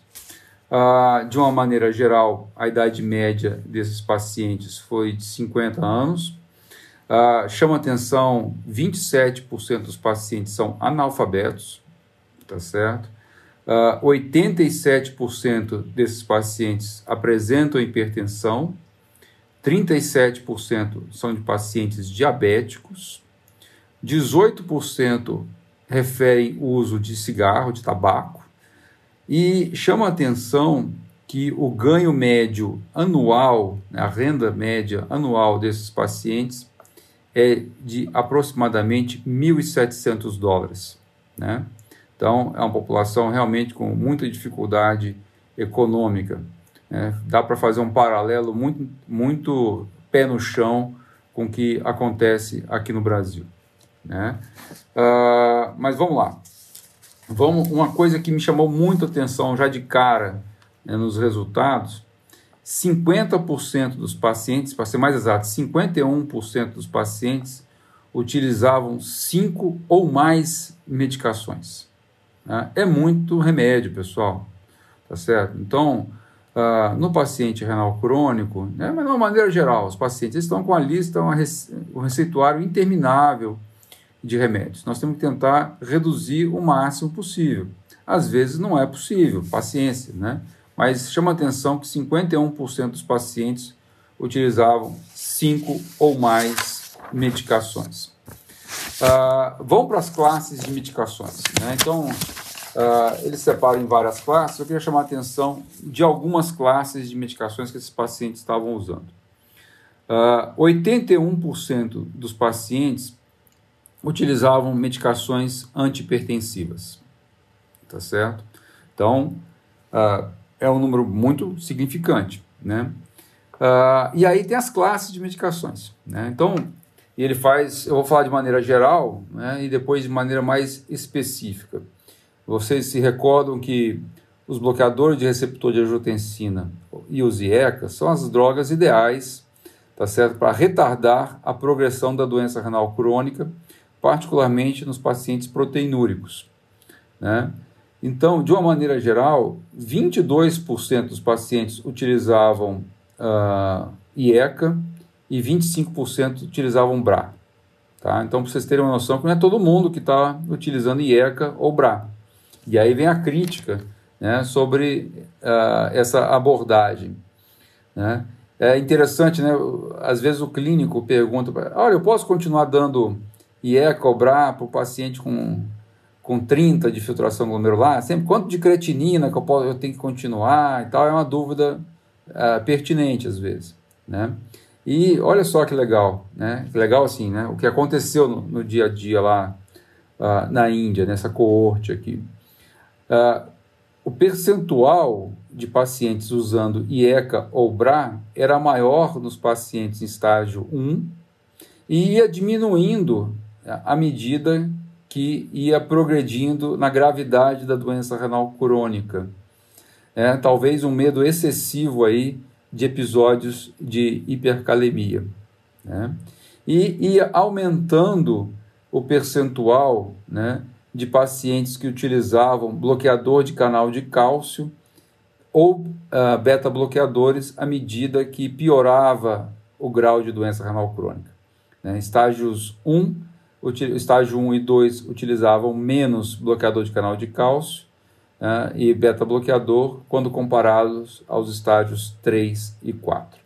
Uh, de uma maneira geral, a idade média desses pacientes foi de cinquenta anos, Uh, chama atenção, vinte e sete por cento dos pacientes são analfabetos, tá certo? Uh, oitenta e sete por cento desses pacientes apresentam hipertensão, trinta e sete por cento são de pacientes diabéticos, dezoito por cento referem o uso de cigarro, de tabaco, e chama atenção que o ganho médio anual, a renda média anual desses pacientes é de aproximadamente mil e setecentos dólares, né? Então, é uma população realmente com muita dificuldade econômica, né? Dá para fazer um paralelo muito, muito pé no chão com o que acontece aqui no Brasil, né? Uh, mas vamos lá. Vamos, uma coisa que me chamou muito a atenção já de cara, né, nos resultados, cinquenta por cento dos pacientes, para ser mais exato, cinquenta e um por cento dos pacientes utilizavam cinco ou mais medicações, né? É muito remédio, pessoal, tá certo? Então, uh, no paciente renal crônico, né, mas de uma maneira geral, os pacientes estão com a lista, uma rece- um receituário interminável de remédios. Nós temos que tentar reduzir o máximo possível. Às vezes não é possível, paciência, né? Mas chama atenção que cinquenta e um por cento dos pacientes utilizavam cinco ou mais medicações. Uh, vão para as classes de medicações, né? Então, uh, eles separam em várias classes. Eu queria chamar a atenção de algumas classes de medicações que esses pacientes estavam usando. Uh, oitenta e um por cento dos pacientes utilizavam medicações antihipertensivas, tá certo? Então, uh, é um número muito significante, né? Uh, e aí tem as classes de medicações, né? Então, ele faz, eu vou falar de maneira geral, né, e depois de maneira mais específica. Vocês se recordam que os bloqueadores de receptor de angiotensina e os I E C A são as drogas ideais, tá certo, para retardar a progressão da doença renal crônica, particularmente nos pacientes proteinúricos, né? Então, de uma maneira geral, vinte e dois por cento dos pacientes utilizavam uh, I E C A e vinte e cinco por cento utilizavam B R A, tá? Então, para vocês terem uma noção, que não é todo mundo que está utilizando I E C A ou B R A. E aí vem a crítica, né, sobre uh, essa abordagem, né? É interessante, né? Às vezes o clínico pergunta, olha, eu posso continuar dando I E C A ou B R A para o paciente com, com trinta de filtração glomerular? Sempre, quanto de creatinina que eu, posso, eu tenho que continuar e tal? É uma dúvida uh, pertinente às vezes, né? E olha só que legal, né? Que legal assim, né? O que aconteceu no, no dia a dia lá uh, na Índia, nessa coorte aqui. Uh, o percentual de pacientes usando I E C A ou B R A era maior nos pacientes em estágio um e ia diminuindo à medida que ia progredindo na gravidade da doença renal crônica. É, talvez um medo excessivo aí de episódios de hipercalemia, né? E ia aumentando o percentual, né, de pacientes que utilizavam bloqueador de canal de cálcio ou uh, beta-bloqueadores à medida que piorava o grau de doença renal crônica, né? Estágios um, estágio um e dois utilizavam menos bloqueador de canal de cálcio uh, e beta-bloqueador quando comparados aos estágios três e quatro.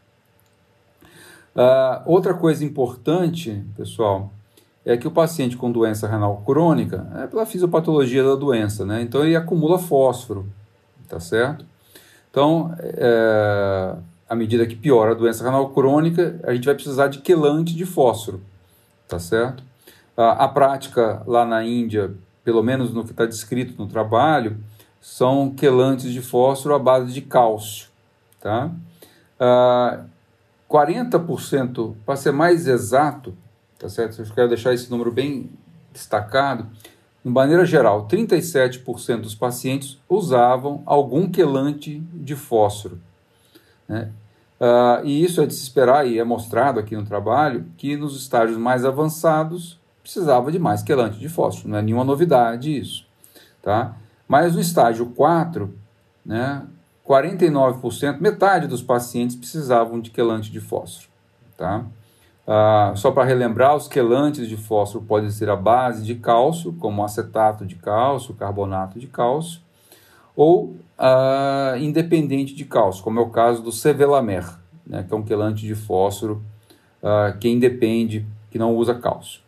Uh, outra coisa importante, pessoal, é que o paciente com doença renal crônica é pela fisiopatologia da doença, né? Então ele acumula fósforo, tá certo? Então, é, à medida que piora a doença renal crônica, a gente vai precisar de quelante de fósforo, tá certo? A, a prática lá na Índia, pelo menos no que está descrito no trabalho, são quelantes de fósforo à base de cálcio, tá? Ah, quarenta por cento, para ser mais exato, tá certo? Eu quero deixar esse número bem destacado. De maneira geral, trinta e sete por cento dos pacientes usavam algum quelante de fósforo, né? Uh, e isso é de se esperar, e é mostrado aqui no trabalho, que nos estágios mais avançados precisava de mais quelante de fósforo. Não é nenhuma novidade isso, tá? Mas no estágio quatro, né, quarenta e nove por cento, metade dos pacientes precisavam de quelante de fósforo, tá? Ah, só para relembrar, os quelantes de fósforo podem ser a base de cálcio, como acetato de cálcio, carbonato de cálcio, ou ah, independente de cálcio, como é o caso do sevelamer, né, que é um quelante de fósforo ah, que independe, que não usa cálcio.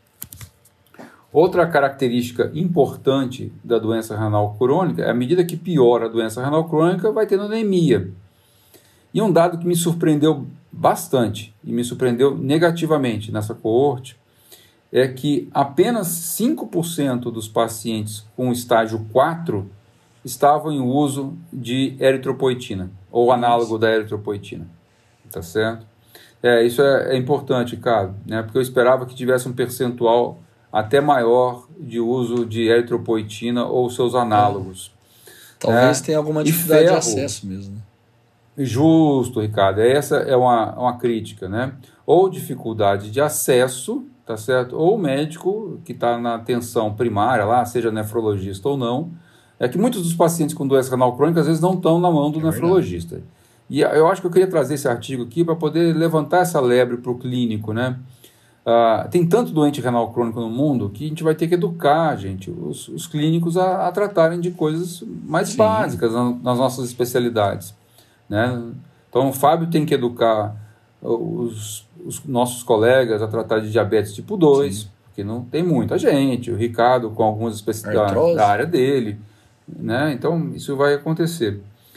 Outra característica importante da doença renal crônica é à medida que piora a doença renal crônica, vai tendo anemia. E um dado que me surpreendeu bastante, e me surpreendeu negativamente nessa coorte, é que apenas cinco por cento dos pacientes com estágio quatro estavam em uso de eritropoetina, ou análogo da eritropoetina. Tá certo? É, isso é, é importante, Ricardo, né? Porque eu esperava que tivesse um percentual até maior de uso de eritropoetina ou seus análogos. Talvez é, tenha alguma dificuldade de acesso mesmo, né? Justo, Ricardo. Essa é uma, uma crítica, né? Ou dificuldade de acesso, tá certo? Ou o médico que está na atenção primária lá, seja nefrologista ou não, é que muitos dos pacientes com doença renal crônica às vezes não estão na mão do é nefrologista. Verdade. E eu acho que eu queria trazer esse artigo aqui para poder levantar essa lebre para o clínico, né? Uh, tem tanto doente renal crônico no mundo que a gente vai ter que educar, gente, os, os clínicos a, a tratarem de coisas mais Sim. básicas na, nas nossas especialidades, né? Então o Fábio tem que educar os, os nossos colegas a tratar de diabetes tipo dois, Sim. porque não tem muita gente, o Ricardo com algumas especialidades da área dele, né? Então isso vai acontecer.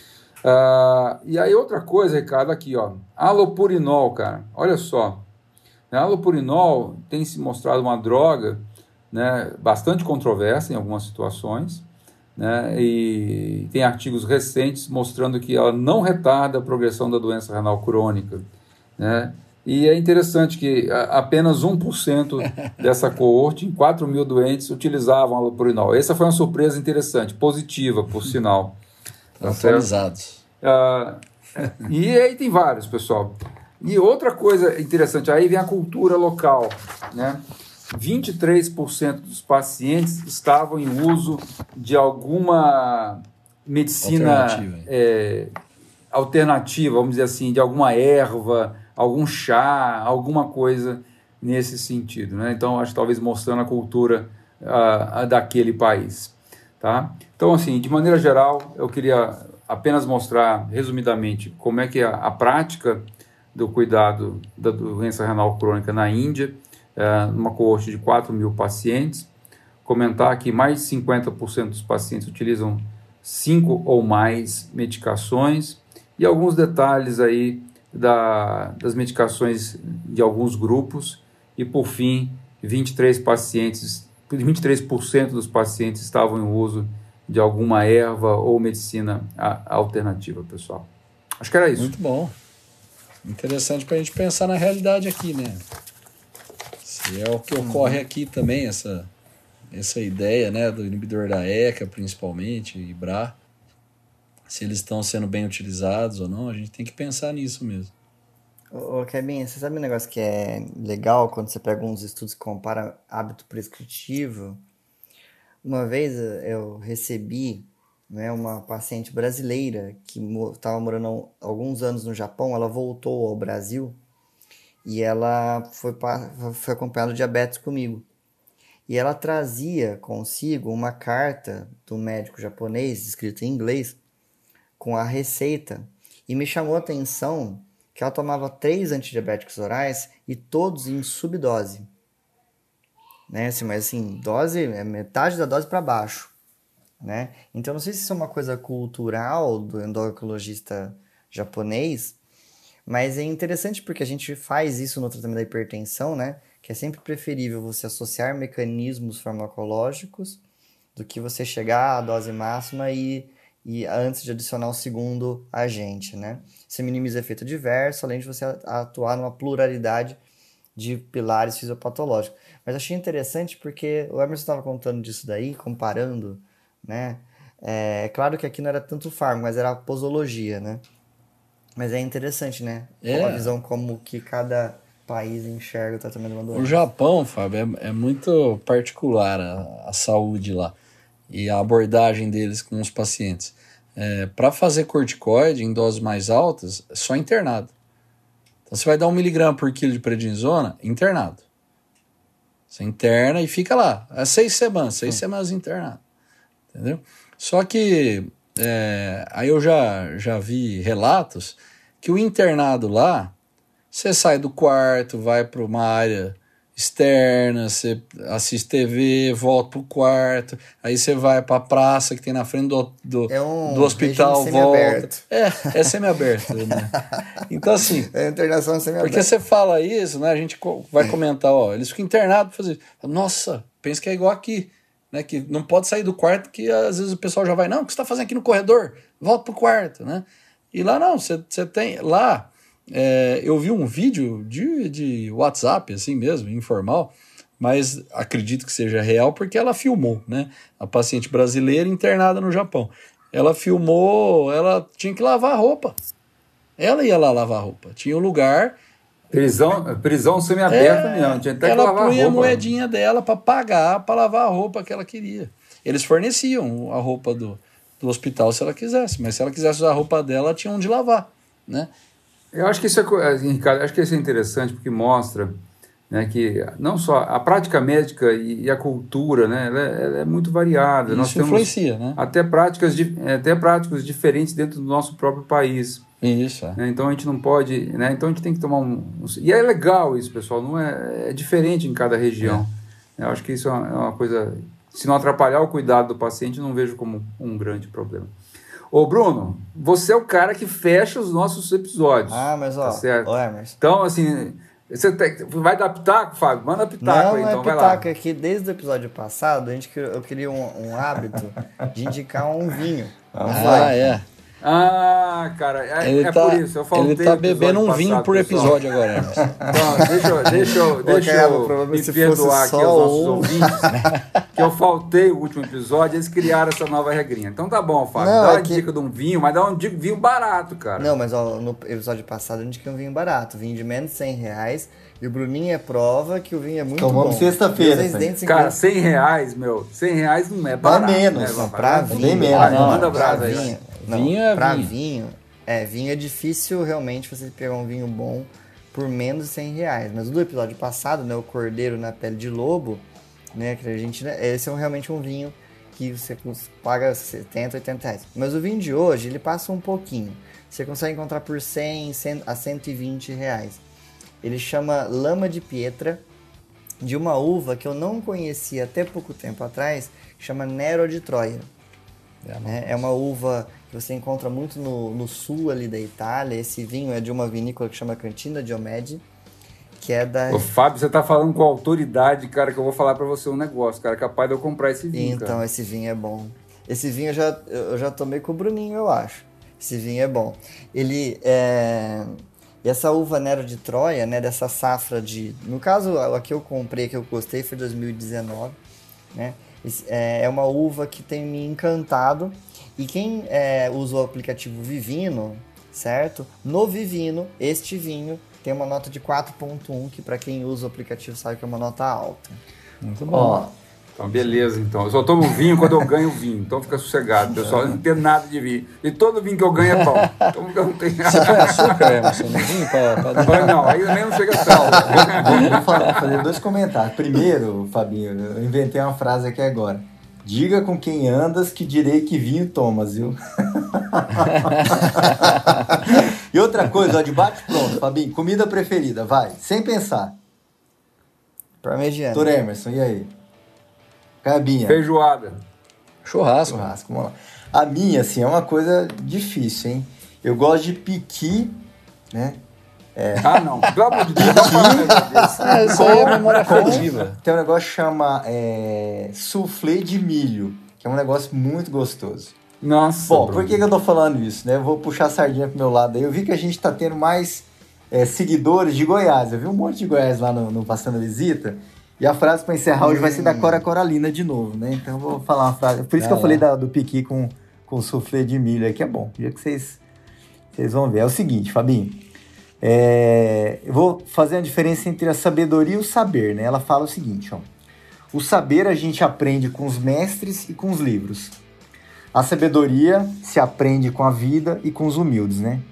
Uh, e aí outra coisa, Ricardo, aqui ó, alopurinol, cara, olha só. A alopurinol tem se mostrado uma droga, né, bastante controversa em algumas situações, né, e tem artigos recentes mostrando que ela não retarda a progressão da doença renal crônica, né, e é interessante que apenas um por cento dessa coorte, em quatro mil doentes, utilizavam alopurinol. Essa foi uma surpresa interessante, positiva, por sinal. Tá atualizados. Uh, e aí tem vários, pessoal. E outra coisa interessante, aí vem a cultura local, né? vinte e três por cento dos pacientes estavam em uso de alguma medicina alternativa, é, alternativa, vamos dizer assim, de alguma erva, algum chá, alguma coisa nesse sentido, né? Então, acho que talvez mostrando a cultura uh, daquele país, tá? Então, assim, de maneira geral, eu queria apenas mostrar, resumidamente, como é que é a, a prática do cuidado da doença renal crônica na Índia, é, numa coorte de quatro mil pacientes. Comentar que mais de cinquenta por cento dos pacientes utilizam cinco ou mais medicações, e alguns detalhes aí da, das medicações de alguns grupos, e por fim, vinte e três pacientes, vinte e três por cento dos pacientes estavam em uso de alguma erva ou medicina alternativa, pessoal. Acho que era isso. Muito bom. Interessante para a gente pensar na realidade aqui, né? Se é o que ocorre aqui também, essa, essa ideia, né, do inibidor da E C A, principalmente, e B R A, se eles estão sendo bem utilizados ou não, a gente tem que pensar nisso mesmo. Ô, ô Kevin, você sabe um negócio que é legal quando você pega uns estudos que comparam hábito prescritivo? Uma vez eu recebi, né, uma paciente brasileira que estava morando alguns anos no Japão. Ela voltou ao Brasil e ela foi, pra, foi acompanhada de diabetes comigo. E ela trazia consigo uma carta do médico japonês, escrita em inglês, com a receita. E me chamou a atenção que ela tomava três antidiabéticos orais e todos em subdose. Né? Assim, mas assim, dose, é metade da dose para baixo. Né? Então, não sei se isso é uma coisa cultural do endocrinologista japonês, mas é interessante porque a gente faz isso no tratamento da hipertensão, né? Que é sempre preferível você associar mecanismos farmacológicos do que você chegar à dose máxima e, e antes de adicionar o segundo agente, né? Você minimiza efeito adverso, além de você atuar numa pluralidade de pilares fisiopatológicos. Mas achei interessante porque o Emerson estava contando disso daí, comparando, né? É, é claro que aqui não era tanto fármaco, mas era a posologia, né? Mas é interessante, né? É. A visão como que cada país enxerga o tratamento de uma doença. O Japão, Fábio, é, é muito particular a, a saúde lá e a abordagem deles com os pacientes. É, para fazer corticoide em doses mais altas, é só internado. Você vai dar um miligrama por quilo de prednisona internado. Você interna e fica lá. É seis semanas, seis hum. semanas internado. Entendeu? Só que é, aí eu já, já vi relatos que o internado lá, você sai do quarto, vai para uma área externa, você assiste T V, volta pro quarto, aí você vai pra praça que tem na frente do, do, é um do hospital, volta. É, é semi-aberto, né? Então, assim. É internação semi-aberta. Porque você fala isso, né? A gente vai comentar, ó, eles ficam internados pra fazer. Nossa, pensa que é igual aqui, né? Que não pode sair do quarto, que às vezes o pessoal já vai, não, o que você tá fazendo aqui no corredor? Volta pro quarto, né? E lá não, você, você tem. Lá. É, eu vi um vídeo de, de WhatsApp, assim mesmo, informal, mas acredito que seja real porque ela filmou, né? A paciente brasileira internada no Japão. Ela filmou, ela tinha que lavar a roupa. Ela ia lá lavar a roupa. Tinha um lugar... Prisão, prisão semi-aberta é, mesmo, tinha até ela que lavar a roupa. Ela punha a moedinha dela para pagar, para lavar a roupa que ela queria. Eles forneciam a roupa do, do hospital se ela quisesse, mas se ela quisesse usar a roupa dela, tinha onde lavar, né? Eu acho que isso é, Ricardo, acho que isso é interessante porque mostra, né, que não só a prática médica e, e a cultura, né, ela é, ela é muito variada. Isso Nós temos influencia, né? Até práticas, até práticas diferentes dentro do nosso próprio país. Isso. É. Né, então a gente não pode, né, então a gente tem que tomar um, um e é legal isso, pessoal. Não é, é diferente em cada região. É. Eu acho que isso é uma, é uma coisa, se não atrapalhar o cuidado do paciente, eu não vejo como um grande problema. Ô, Bruno, você é o cara que fecha os nossos episódios. Ah, mas ó, tá certo? Ó, Emerson. Então, assim, você tem, vai dar pitaco, Fábio? Manda pitaco não, aí, não então, é vai pitaco, lá. É que desde o episódio passado, a gente, eu queria um, um hábito de indicar um vinho. Ah, ah é. Ah, cara, é, ele é tá, por isso. Eu faltei ele tá bebendo um vinho passado, por pessoal. episódio agora, Emerson. Então, deixa eu, deixa eu, deixa eu me perdoar aqui aos nossos ouvintes, que eu faltei o último episódio, eles criaram essa nova regrinha. Então tá bom, Fábio, não, dá uma é que... dica de um vinho, mas dá um vinho barato, cara. Não, mas ó, no episódio passado a gente quer um vinho barato, vinho de menos de cem reais, e o Bruninho é prova que o vinho é muito Tomamos bom. Tomamos sexta-feira. Cara, cem reais, meu, cem reais não é barato. É menos, né, não, pra vinho. Bem menos. Ah, não, manda pra brasa aí. Vinho, não, vinho é pra vinho. vinho, é, vinho é difícil realmente você pegar um vinho bom por menos de cem reais. Mas do episódio passado, né, o Cordeiro na Pele de Lobo, né, que a gente, né, esse é realmente um vinho que você paga setenta, oitenta reais. Mas o vinho de hoje, ele passa um pouquinho. Você consegue encontrar por cem a cento e vinte reais. Ele chama Lama de Pietra, de uma uva que eu não conhecia até pouco tempo atrás, que chama Nero de Troia. É, é uma uva que você encontra muito no, no sul ali da Itália. Esse vinho é de uma vinícola que chama Cantina Diomede, que é da... Ô, Fábio, você tá falando com autoridade, cara, que eu vou falar pra você um negócio, cara, capaz de eu comprar esse vinho, Então, cara. esse vinho é bom. Esse vinho eu já, eu já tomei com o Bruninho, eu acho. Esse vinho é bom. Ele é... E essa uva Nero de Troia, né, dessa safra de... No caso, a que eu comprei, que eu gostei, foi dois mil e dezenove, né? É uma uva que tem me encantado. E quem é, usa o aplicativo Vivino, certo? No Vivino, este vinho tem uma nota de quatro ponto um, que para quem usa o aplicativo sabe que é uma nota alta. Muito bom. Ó, então, beleza, então. Eu só tomo vinho quando eu ganho vinho. Então fica sossegado, pessoal. Eu não tenho nada de vinho. E todo vinho que eu ganho é bom. Então eu não tenho nada. Você põe açúcar, Emerson, no vinho? Pra, pra dar... Não, aí nem não chega sal. Vou falar, fazer dois comentários. Primeiro, Fabinho, eu inventei uma frase aqui agora. Diga com quem andas que direi que vinho tomas, viu? E outra coisa, ó, de bate pronto, Fabinho. Comida preferida, vai. Sem pensar. Parmegiana. Doutor Emerson, e aí? Cabinha. Feijoada. Churrasco. Churrasco, vamos lá. A minha, assim, é uma coisa difícil, hein? Eu gosto de piqui, né? É. Ah, não. Pelo amor de Deus, não fala ah, isso aí é memória afetiva. Tem um negócio que chama é, soufflé de milho, que é um negócio muito gostoso. Nossa. Bom, por que, que eu tô falando isso, né? Eu vou puxar a sardinha pro meu lado aí. Eu vi que a gente tá tendo mais é, seguidores de Goiás. Eu vi um monte de Goiás lá no, no Passando a Visita. E a frase para encerrar hoje hum. vai ser da Cora Coralina de novo, né? Então eu vou falar uma frase. Por isso ah, que eu falei da, do piqui com, com soufflé de milho aí, que é bom. Já que vocês, vocês vão ver. É o seguinte, Fabinho. É, eu vou fazer a diferença entre a sabedoria e o saber, né? Ela fala o seguinte, ó. O saber a gente aprende com os mestres e com os livros. A sabedoria se aprende com a vida e com os humildes, né?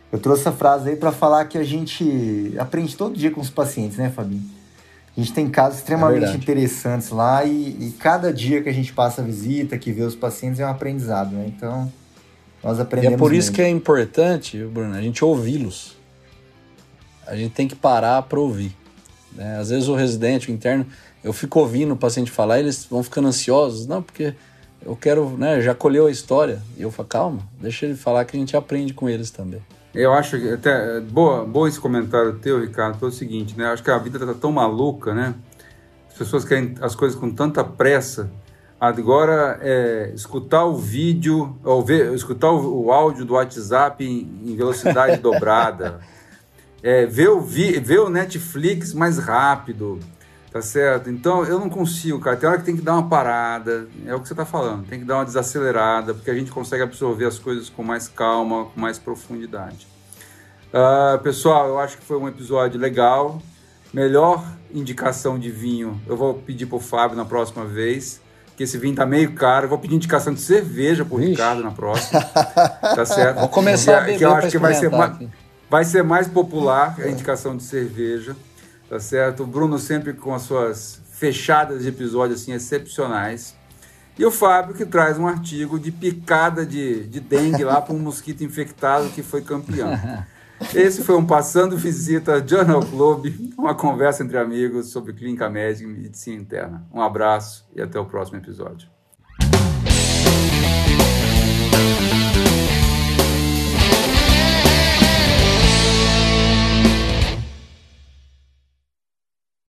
Eu trouxe essa frase aí para falar que a gente aprende todo dia com os pacientes, né, Fabinho? A gente tem casos extremamente é interessantes lá e, e cada dia que a gente passa a visita, que vê os pacientes, é um aprendizado, né? Então, nós aprendemos. E é por isso muito. que é importante, Bruno, a gente ouvi-los. A gente tem que parar para ouvir. Né? Às vezes o residente, o interno, eu fico ouvindo o paciente falar e eles vão ficando ansiosos. Não, porque eu quero, né, já colheu a história. E eu falo, calma, deixa ele falar que a gente aprende com eles também. Eu acho que até boa, boa esse comentário teu, Ricardo, foi o seguinte, né? Eu acho que a vida tá tão maluca, né? As pessoas querem as coisas com tanta pressa. Agora, é, escutar o vídeo, ou ver, escutar o, o áudio do WhatsApp em, em velocidade dobrada, é, ver, o vi, ver o Netflix mais rápido, tá certo? Então, eu não consigo, cara. Tem hora que tem que dar uma parada, é o que você tá falando, tem que dar uma desacelerada, porque a gente consegue absorver as coisas com mais calma, com mais profundidade. Uh, pessoal, eu acho que foi um episódio legal. Melhor indicação de vinho, eu vou pedir pro Fábio na próxima vez, que esse vinho tá meio caro. Eu vou pedir indicação de cerveja pro Ixi. Ricardo na próxima, tá certo? Vou começar a beber, que eu acho que vai ser, mais, vai ser mais popular a indicação de cerveja. Tá certo? O Bruno sempre com as suas fechadas de episódios assim, excepcionais. E o Fábio que traz um artigo de picada de, de dengue lá para um mosquito infectado que foi campeão. Esse foi um Passando Visita Journal Club, uma conversa entre amigos sobre clínica médica e medicina interna. Um abraço e até o próximo episódio.